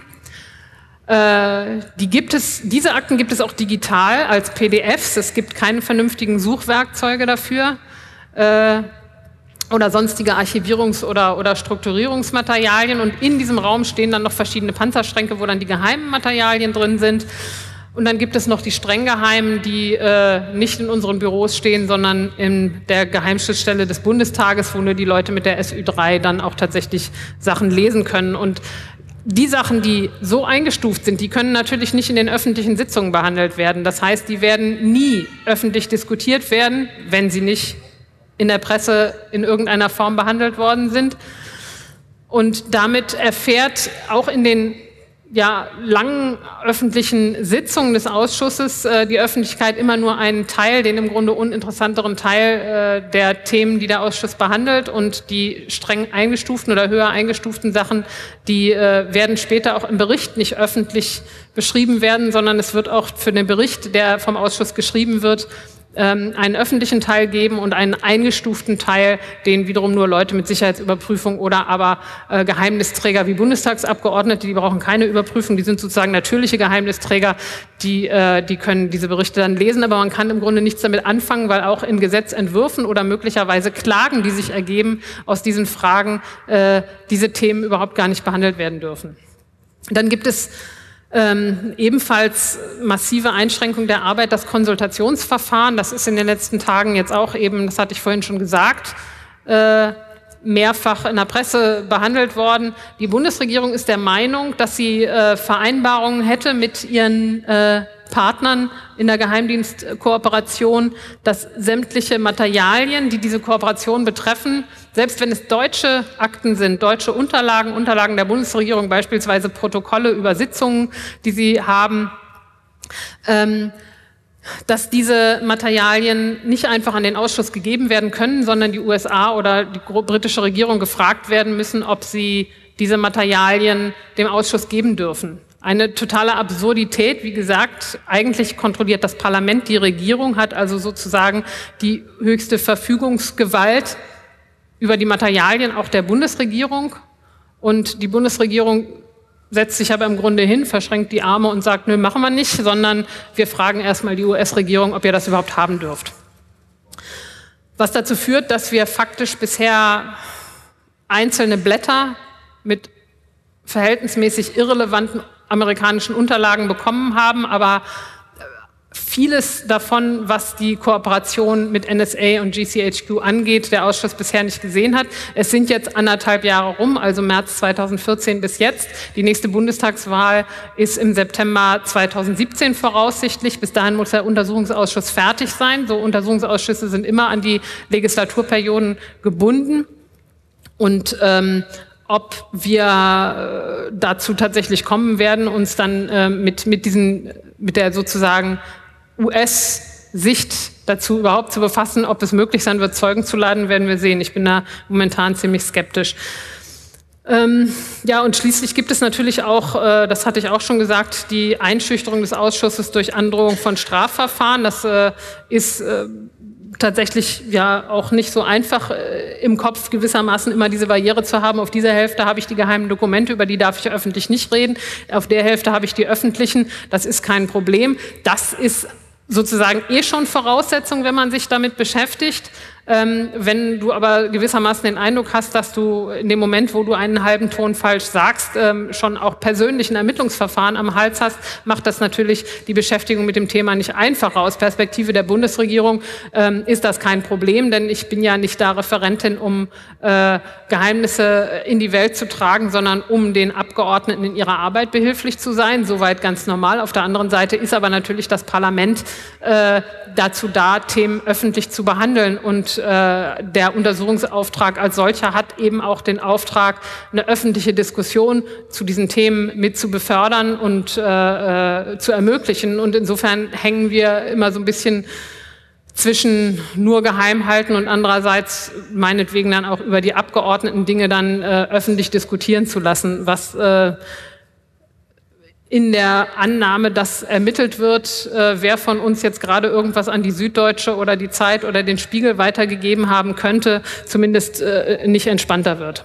Äh, die gibt es, diese Akten gibt es auch digital als P D Fs. Es gibt keine vernünftigen Suchwerkzeuge dafür äh, oder sonstige Archivierungs- oder, oder Strukturierungsmaterialien. Und in diesem Raum stehen dann noch verschiedene Panzerschränke, wo dann die geheimen Materialien drin sind. Und dann gibt es noch die streng geheimen, die äh, nicht in unseren Büros stehen, sondern in der Geheimschutzstelle des Bundestages, wo nur die Leute mit der S Ü drei dann auch tatsächlich Sachen lesen können. Und die Sachen, die so eingestuft sind, die können natürlich nicht in den öffentlichen Sitzungen behandelt werden. Das heißt, die werden nie öffentlich diskutiert werden, wenn sie nicht in der Presse in irgendeiner Form behandelt worden sind. Und damit erfährt auch in den ja, langen öffentlichen Sitzungen des Ausschusses äh, die Öffentlichkeit immer nur einen Teil, den im Grunde uninteressanteren Teil äh, der Themen, die der Ausschuss behandelt, und die streng eingestuften oder höher eingestuften Sachen, die äh, werden später auch im Bericht nicht öffentlich beschrieben werden, sondern es wird auch für den Bericht, der vom Ausschuss geschrieben wird, einen öffentlichen Teil geben und einen eingestuften Teil, den wiederum nur Leute mit Sicherheitsüberprüfung oder aber äh, Geheimnisträger wie Bundestagsabgeordnete, die brauchen keine Überprüfung, die sind sozusagen natürliche Geheimnisträger, die, äh, die können diese Berichte dann lesen, aber man kann im Grunde nichts damit anfangen, weil auch in Gesetzentwürfen oder möglicherweise Klagen, die sich ergeben aus diesen Fragen, äh, diese Themen überhaupt gar nicht behandelt werden dürfen. Dann gibt es Ähm, ebenfalls massive Einschränkung der Arbeit, das Konsultationsverfahren. Das ist in den letzten Tagen jetzt auch eben, das hatte ich vorhin schon gesagt, äh, mehrfach in der Presse behandelt worden. Die Bundesregierung ist der Meinung, dass sie äh, Vereinbarungen hätte mit ihren äh, Partnern in der Geheimdienstkooperation, dass sämtliche Materialien, die diese Kooperation betreffen, selbst wenn es deutsche Akten sind, deutsche Unterlagen, Unterlagen der Bundesregierung, beispielsweise Protokolle über Sitzungen, die sie haben, ähm, dass diese Materialien nicht einfach an den Ausschuss gegeben werden können, sondern die U S A oder die britische Regierung gefragt werden müssen, ob sie diese Materialien dem Ausschuss geben dürfen. Eine totale Absurdität, wie gesagt, eigentlich kontrolliert das Parlament die Regierung, hat also sozusagen die höchste Verfügungsgewalt über die Materialien auch der Bundesregierung, und die Bundesregierung setzt sich aber im Grunde hin, verschränkt die Arme und sagt, nö, machen wir nicht, sondern wir fragen erstmal die U S-Regierung, ob ihr das überhaupt haben dürft. Was dazu führt, dass wir faktisch bisher einzelne Blätter mit verhältnismäßig irrelevanten amerikanischen Unterlagen bekommen haben, aber vieles davon, was die Kooperation mit N S A und G C H Q angeht, der Ausschuss bisher nicht gesehen hat. Es sind jetzt anderthalb Jahre rum, also März zweitausendvierzehn bis jetzt. Die nächste Bundestagswahl ist im September zweitausendsiebzehn voraussichtlich. Bis dahin muss der Untersuchungsausschuss fertig sein. So Untersuchungsausschüsse sind immer an die Legislaturperioden gebunden. Und ähm, ob wir äh, dazu tatsächlich kommen werden, uns dann äh, mit, mit diesen, mit der sozusagen U S-Sicht dazu überhaupt zu befassen, ob es möglich sein wird, Zeugen zu laden, werden wir sehen. Ich bin da momentan ziemlich skeptisch. Ähm, ja, und schließlich gibt es natürlich auch, äh, das hatte ich auch schon gesagt, die Einschüchterung des Ausschusses durch Androhung von Strafverfahren. Das äh, ist äh, tatsächlich ja auch nicht so einfach äh, im Kopf gewissermaßen immer diese Barriere zu haben. Auf dieser Hälfte habe ich die geheimen Dokumente, über die darf ich öffentlich nicht reden. Auf der Hälfte habe ich die öffentlichen. Das ist kein Problem. Das ist sozusagen eh schon Voraussetzung, wenn man sich damit beschäftigt. Ähm, wenn du aber gewissermaßen den Eindruck hast, dass du in dem Moment, wo du einen halben Ton falsch sagst, ähm, schon auch persönlichen Ermittlungsverfahren am Hals hast, macht das natürlich die Beschäftigung mit dem Thema nicht einfacher. Aus Perspektive der Bundesregierung ähm, ist das kein Problem, denn ich bin ja nicht da Referentin, um äh, Geheimnisse in die Welt zu tragen, sondern um den Abgeordneten in ihrer Arbeit behilflich zu sein. Soweit ganz normal. Auf der anderen Seite ist aber natürlich das Parlament äh, dazu da, Themen öffentlich zu behandeln, und der Untersuchungsauftrag als solcher hat eben auch den Auftrag, eine öffentliche Diskussion zu diesen Themen mit zu befördern und äh, zu ermöglichen. Und insofern hängen wir immer so ein bisschen zwischen nur geheim halten und andererseits meinetwegen dann auch über die Abgeordneten Dinge dann äh, öffentlich diskutieren zu lassen, was äh, in der Annahme, dass ermittelt wird, äh, wer von uns jetzt gerade irgendwas an die Süddeutsche oder die Zeit oder den Spiegel weitergegeben haben könnte, zumindest äh, nicht entspannter wird.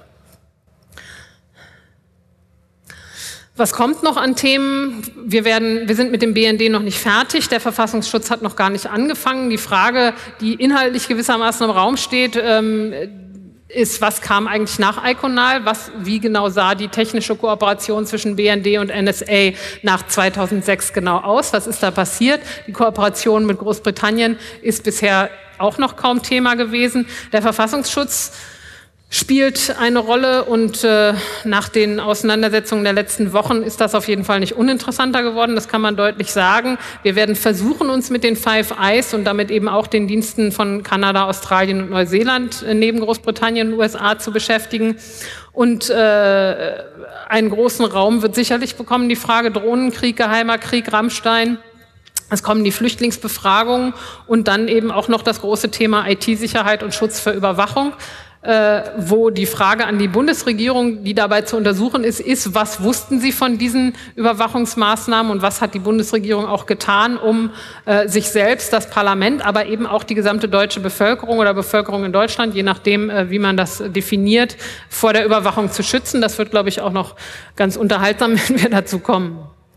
Was kommt noch an Themen? Wir werden, wir sind mit dem B N D noch nicht fertig. Der Verfassungsschutz hat noch gar nicht angefangen. Die Frage, die inhaltlich gewissermaßen im Raum steht, ähm, ist, was kam eigentlich nach Iconal? Was, wie genau sah die technische Kooperation zwischen B N D und N S A nach zweitausendsechs genau aus? Was ist da passiert? Die Kooperation mit Großbritannien ist bisher auch noch kaum Thema gewesen. Der Verfassungsschutz spielt eine Rolle, und äh, nach den Auseinandersetzungen der letzten Wochen ist das auf jeden Fall nicht uninteressanter geworden, das kann man deutlich sagen. Wir werden versuchen, uns mit den Five Eyes und damit eben auch den Diensten von Kanada, Australien und Neuseeland neben Großbritannien und U S A zu beschäftigen. Und äh, einen großen Raum wird sicherlich bekommen die Frage Drohnenkrieg, Geheimer Krieg, Rammstein. Es kommen die Flüchtlingsbefragungen und dann eben auch noch das große Thema I T-Sicherheit und Schutz für Überwachung, äh, wo die Frage an die Bundesregierung, die dabei zu untersuchen ist, ist, was wussten Sie von diesen Überwachungsmaßnahmen und was hat die Bundesregierung auch getan, um äh, sich selbst, das Parlament, aber eben auch die gesamte deutsche Bevölkerung oder Bevölkerung in Deutschland, je nachdem, äh, wie man das definiert, vor der Überwachung zu schützen. Das wird, glaube ich, auch noch ganz unterhaltsam, wenn wir dazu kommen.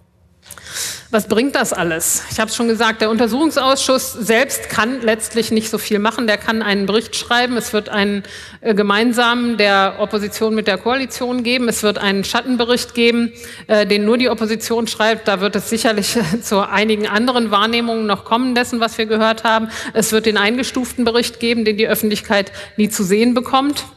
Was bringt das alles? Ich habe es schon gesagt, der Untersuchungsausschuss selbst kann letztlich nicht so viel machen. Der kann einen Bericht schreiben. Es wird einen äh, gemeinsamen der Opposition mit der Koalition geben. Es wird einen Schattenbericht geben, äh, den nur die Opposition schreibt. Da wird es sicherlich äh, zu einigen anderen Wahrnehmungen noch kommen dessen, was wir gehört haben. Es wird den eingestuften Bericht geben, den die Öffentlichkeit nie zu sehen bekommt.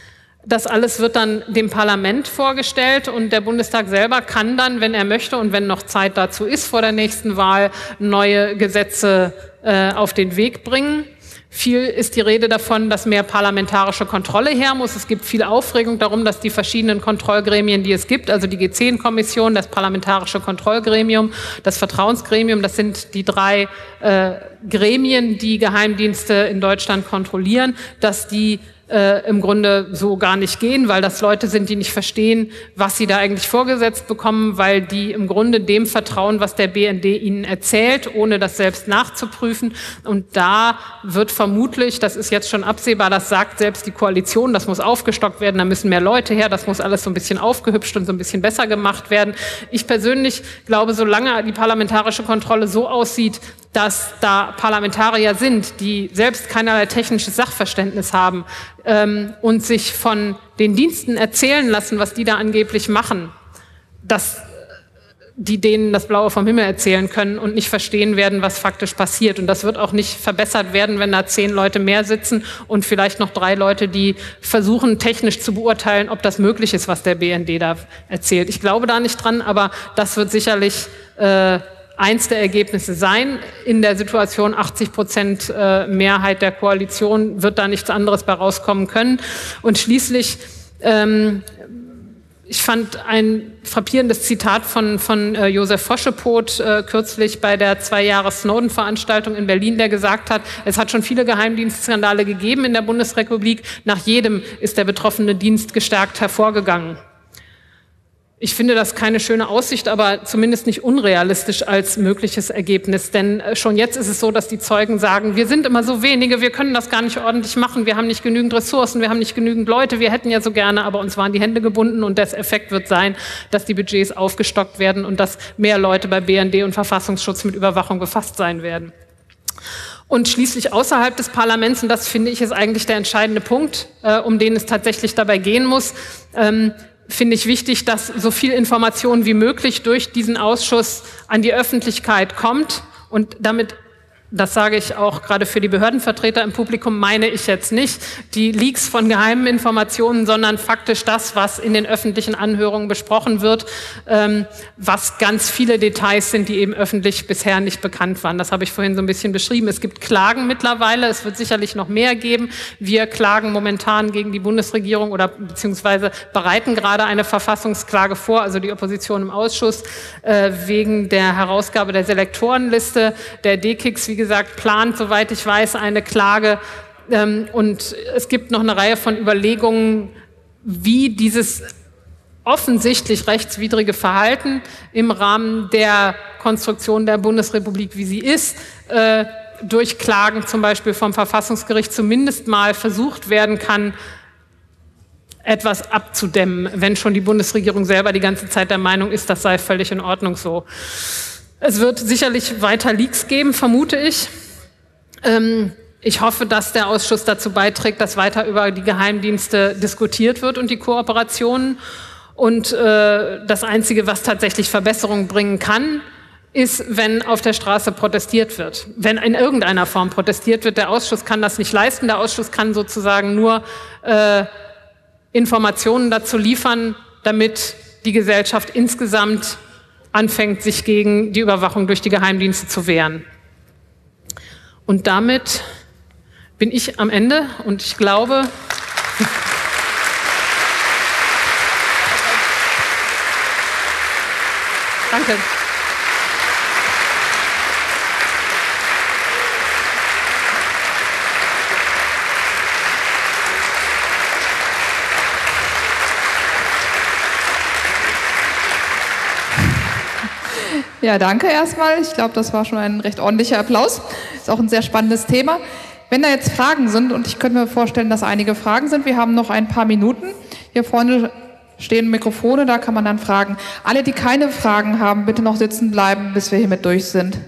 Das alles wird dann dem Parlament vorgestellt und der Bundestag selber kann dann, wenn er möchte und wenn noch Zeit dazu ist, vor der nächsten Wahl neue Gesetze äh, auf den Weg bringen. Viel ist die Rede davon, dass mehr parlamentarische Kontrolle her muss. Es gibt viel Aufregung darum, dass die verschiedenen Kontrollgremien, die es gibt, also die G zehn Kommission, das Parlamentarische Kontrollgremium, das Vertrauensgremium, das sind die drei äh, Gremien, die Geheimdienste in Deutschland kontrollieren, dass die Äh, im Grunde so gar nicht gehen, weil das Leute sind, die nicht verstehen, was sie da eigentlich vorgesetzt bekommen, weil die im Grunde dem vertrauen, was der B N D ihnen erzählt, ohne das selbst nachzuprüfen. Und da wird vermutlich, das ist jetzt schon absehbar, das sagt selbst die Koalition, das muss aufgestockt werden, da müssen mehr Leute her, das muss alles so ein bisschen aufgehübscht und so ein bisschen besser gemacht werden. Ich persönlich glaube, solange die parlamentarische Kontrolle so aussieht, dass da Parlamentarier sind, die selbst keinerlei technisches Sachverständnis haben ähm, und sich von den Diensten erzählen lassen, was die da angeblich machen, dass die denen das Blaue vom Himmel erzählen können und nicht verstehen werden, was faktisch passiert. Und das wird auch nicht verbessert werden, wenn da zehn Leute mehr sitzen und vielleicht noch drei Leute, die versuchen, technisch zu beurteilen, ob das möglich ist, was der B N D da erzählt. Ich glaube da nicht dran, aber das wird sicherlich äh, eins der Ergebnisse sein. In der Situation achtzig Prozent äh, Mehrheit der Koalition wird da nichts anderes bei rauskommen können. Und schließlich, ähm, ich fand ein frappierendes Zitat von, von äh, Josef Foschepot äh, kürzlich bei der Zwei-Jahres-Snowden-Veranstaltung in Berlin, der gesagt hat, es hat schon viele Geheimdienstskandale gegeben in der Bundesrepublik. Nach jedem ist der betroffene Dienst gestärkt hervorgegangen. Ich finde das keine schöne Aussicht, aber zumindest nicht unrealistisch als mögliches Ergebnis. Denn schon jetzt ist es so, dass die Zeugen sagen, wir sind immer so wenige, wir können das gar nicht ordentlich machen, wir haben nicht genügend Ressourcen, wir haben nicht genügend Leute, wir hätten ja so gerne, aber uns waren die Hände gebunden und der Effekt wird sein, dass die Budgets aufgestockt werden und dass mehr Leute bei B N D und Verfassungsschutz mit Überwachung befasst sein werden. Und schließlich außerhalb des Parlaments, und das finde ich ist eigentlich der entscheidende Punkt, äh, um den es tatsächlich dabei gehen muss, ähm, finde ich wichtig, dass so viel Information wie möglich durch diesen Ausschuss an die Öffentlichkeit kommt und damit, das sage ich auch gerade für die Behördenvertreter im Publikum, meine ich jetzt nicht die Leaks von geheimen Informationen, sondern faktisch das, was in den öffentlichen Anhörungen besprochen wird, ähm, was ganz viele Details sind, die eben öffentlich bisher nicht bekannt waren. Das habe ich vorhin so ein bisschen beschrieben. Es gibt Klagen mittlerweile, es wird sicherlich noch mehr geben. Wir klagen momentan gegen die Bundesregierung oder beziehungsweise bereiten gerade eine Verfassungsklage vor, also die Opposition im Ausschuss, äh, wegen der Herausgabe der Selektorenliste. Der D K I X, wie Wie gesagt, plant, soweit ich weiß, eine Klage. Ähm, und es gibt noch eine Reihe von Überlegungen, wie dieses offensichtlich rechtswidrige Verhalten im Rahmen der Konstruktion der Bundesrepublik, wie sie ist, äh, durch Klagen zum Beispiel vom Verfassungsgericht zumindest mal versucht werden kann, etwas abzudämmen, wenn schon die Bundesregierung selber die ganze Zeit der Meinung ist, das sei völlig in Ordnung so. Es wird sicherlich weiter Leaks geben, vermute ich. Ähm, ich hoffe, dass der Ausschuss dazu beiträgt, dass weiter über die Geheimdienste diskutiert wird und die Kooperationen. Und äh, das Einzige, was tatsächlich Verbesserungen bringen kann, ist, wenn auf der Straße protestiert wird. Wenn in irgendeiner Form protestiert wird, der Ausschuss kann das nicht leisten. Der Ausschuss kann sozusagen nur äh, Informationen dazu liefern, damit die Gesellschaft insgesamt anfängt, sich gegen die Überwachung durch die Geheimdienste zu wehren. Und damit bin ich am Ende und ich glaube, Danke. Ja, danke erstmal. Ich glaube, das war schon ein recht ordentlicher Applaus. Ist auch ein sehr spannendes Thema. Wenn da jetzt Fragen sind, und ich könnte mir vorstellen, dass einige Fragen sind, wir haben noch ein paar Minuten. Hier vorne stehen Mikrofone, da kann man dann fragen. Alle, die keine Fragen haben, bitte noch sitzen bleiben, bis wir hiermit durch sind.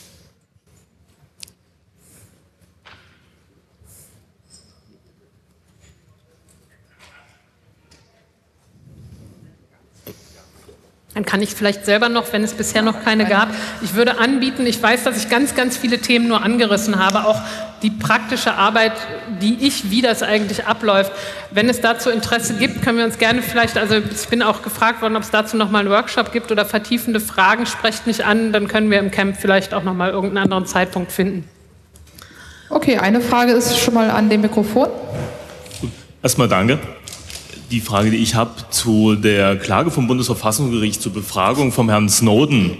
Dann kann ich vielleicht selber noch, wenn es bisher noch keine gab, ich würde anbieten, ich weiß, dass ich ganz, ganz viele Themen nur angerissen habe, auch die praktische Arbeit, die ich, wie das eigentlich abläuft. Wenn es dazu Interesse gibt, können wir uns gerne vielleicht, also ich bin auch gefragt worden, ob es dazu nochmal einen Workshop gibt oder vertiefende Fragen, sprecht mich an, dann können wir im Camp vielleicht auch nochmal irgendeinen anderen Zeitpunkt finden. Okay, eine Frage ist schon mal an dem Mikrofon. Erstmal danke. Die Frage, die ich habe zu der Klage vom Bundesverfassungsgericht zur Befragung vom Herrn Snowden.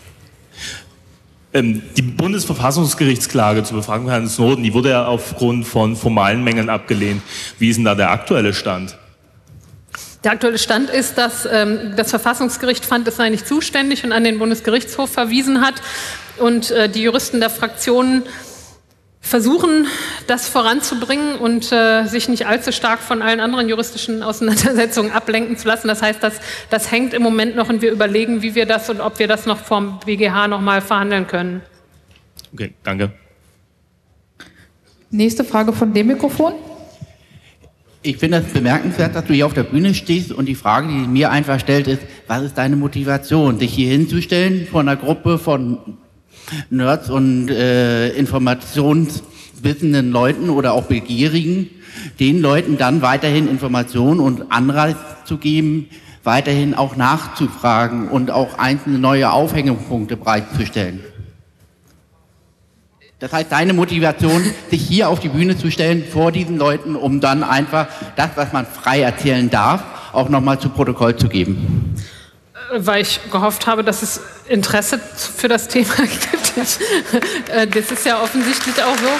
Ähm, die Bundesverfassungsgerichtsklage zur Befragung von Herrn Snowden, die wurde ja aufgrund von formalen Mängeln abgelehnt. Wie ist denn da der aktuelle Stand? Der aktuelle Stand ist, dass ähm, das Verfassungsgericht fand, es sei nicht zuständig und an den Bundesgerichtshof verwiesen hat. Und äh, die Juristen der Fraktionen versuchen, das voranzubringen und äh, sich nicht allzu stark von allen anderen juristischen Auseinandersetzungen ablenken zu lassen. Das heißt, das, das hängt im Moment noch und wir überlegen, wie wir das und ob wir das noch vom B G H noch mal verhandeln können. Okay, danke. Nächste Frage von dem Mikrofon. Ich finde es bemerkenswert, dass du hier auf der Bühne stehst und die Frage, die mir einfach stellt, ist, was ist deine Motivation, dich hier hinzustellen vor einer Gruppe von Nerds und äh, informationswissenden Leuten oder auch Begierigen, den Leuten dann weiterhin Informationen und Anreiz zu geben, weiterhin auch nachzufragen und auch einzelne neue Aufhängungspunkte bereitzustellen. Das heißt, deine Motivation, sich hier auf die Bühne zu stellen vor diesen Leuten, um dann einfach das, was man frei erzählen darf, auch nochmal zu Protokoll zu geben. Weil ich gehofft habe, dass es Interesse für das Thema gibt. Das ist ja offensichtlich auch so.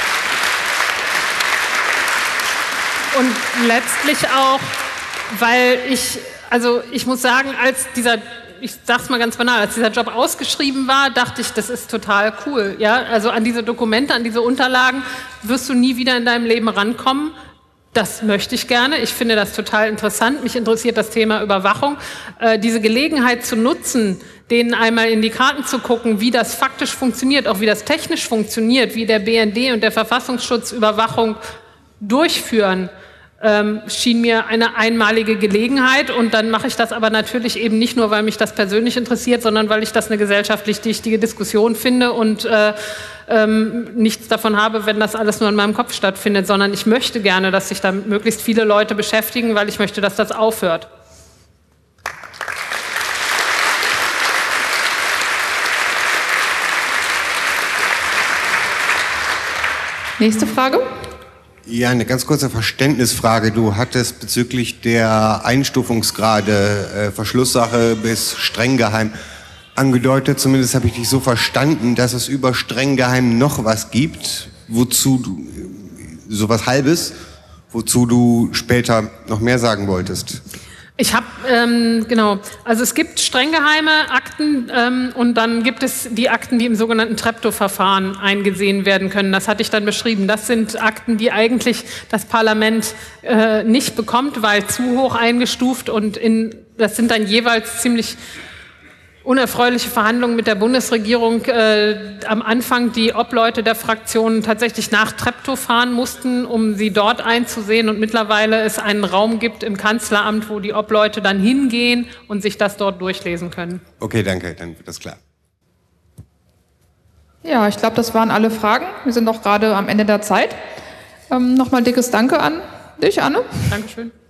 Und letztlich auch, weil ich, also ich muss sagen, als dieser, ich sag's mal ganz banal, als dieser Job ausgeschrieben war, dachte ich, das ist total cool. Ja? Also an diese Dokumente, an diese Unterlagen wirst du nie wieder in deinem Leben rankommen. Das möchte ich gerne. Ich finde das total interessant. Mich interessiert das Thema Überwachung. Äh, diese Gelegenheit zu nutzen, denen einmal in die Karten zu gucken, wie das faktisch funktioniert, auch wie das technisch funktioniert, wie der B N D und der Verfassungsschutz Überwachung durchführen, ähm, schien mir eine einmalige Gelegenheit. Und dann mache ich das aber natürlich eben nicht nur, weil mich das persönlich interessiert, sondern weil ich das eine gesellschaftlich wichtige Diskussion finde und äh, ähm, nichts davon habe, wenn das alles nur in meinem Kopf stattfindet, sondern ich möchte gerne, dass sich damit möglichst viele Leute beschäftigen, weil ich möchte, dass das aufhört. Nächste Frage. Ja, eine ganz kurze Verständnisfrage. Du hattest bezüglich der Einstufungsgrade äh, Verschlusssache bis streng geheim angedeutet, zumindest habe ich dich so verstanden, dass es über streng geheim noch was gibt, wozu du, sowas Halbes, wozu du später noch mehr sagen wolltest. Ich habe, ähm, genau, also es gibt streng geheime Akten ähm, und dann gibt es die Akten, die im sogenannten Treptow-Verfahren eingesehen werden können. Das hatte ich dann beschrieben. Das sind Akten, die eigentlich das Parlament äh, nicht bekommt, weil zu hoch eingestuft und in, das sind dann jeweils ziemlich unerfreuliche Verhandlungen mit der Bundesregierung äh, am Anfang, die Obleute der Fraktionen tatsächlich nach Treptow fahren mussten, um sie dort einzusehen und mittlerweile es einen Raum gibt im Kanzleramt, wo die Obleute dann hingehen und sich das dort durchlesen können. Okay, danke, dann wird das klar. Ja, ich glaube, das waren alle Fragen. Wir sind noch gerade am Ende der Zeit. Ähm, Nochmal dickes Danke an dich, Anne. Dankeschön.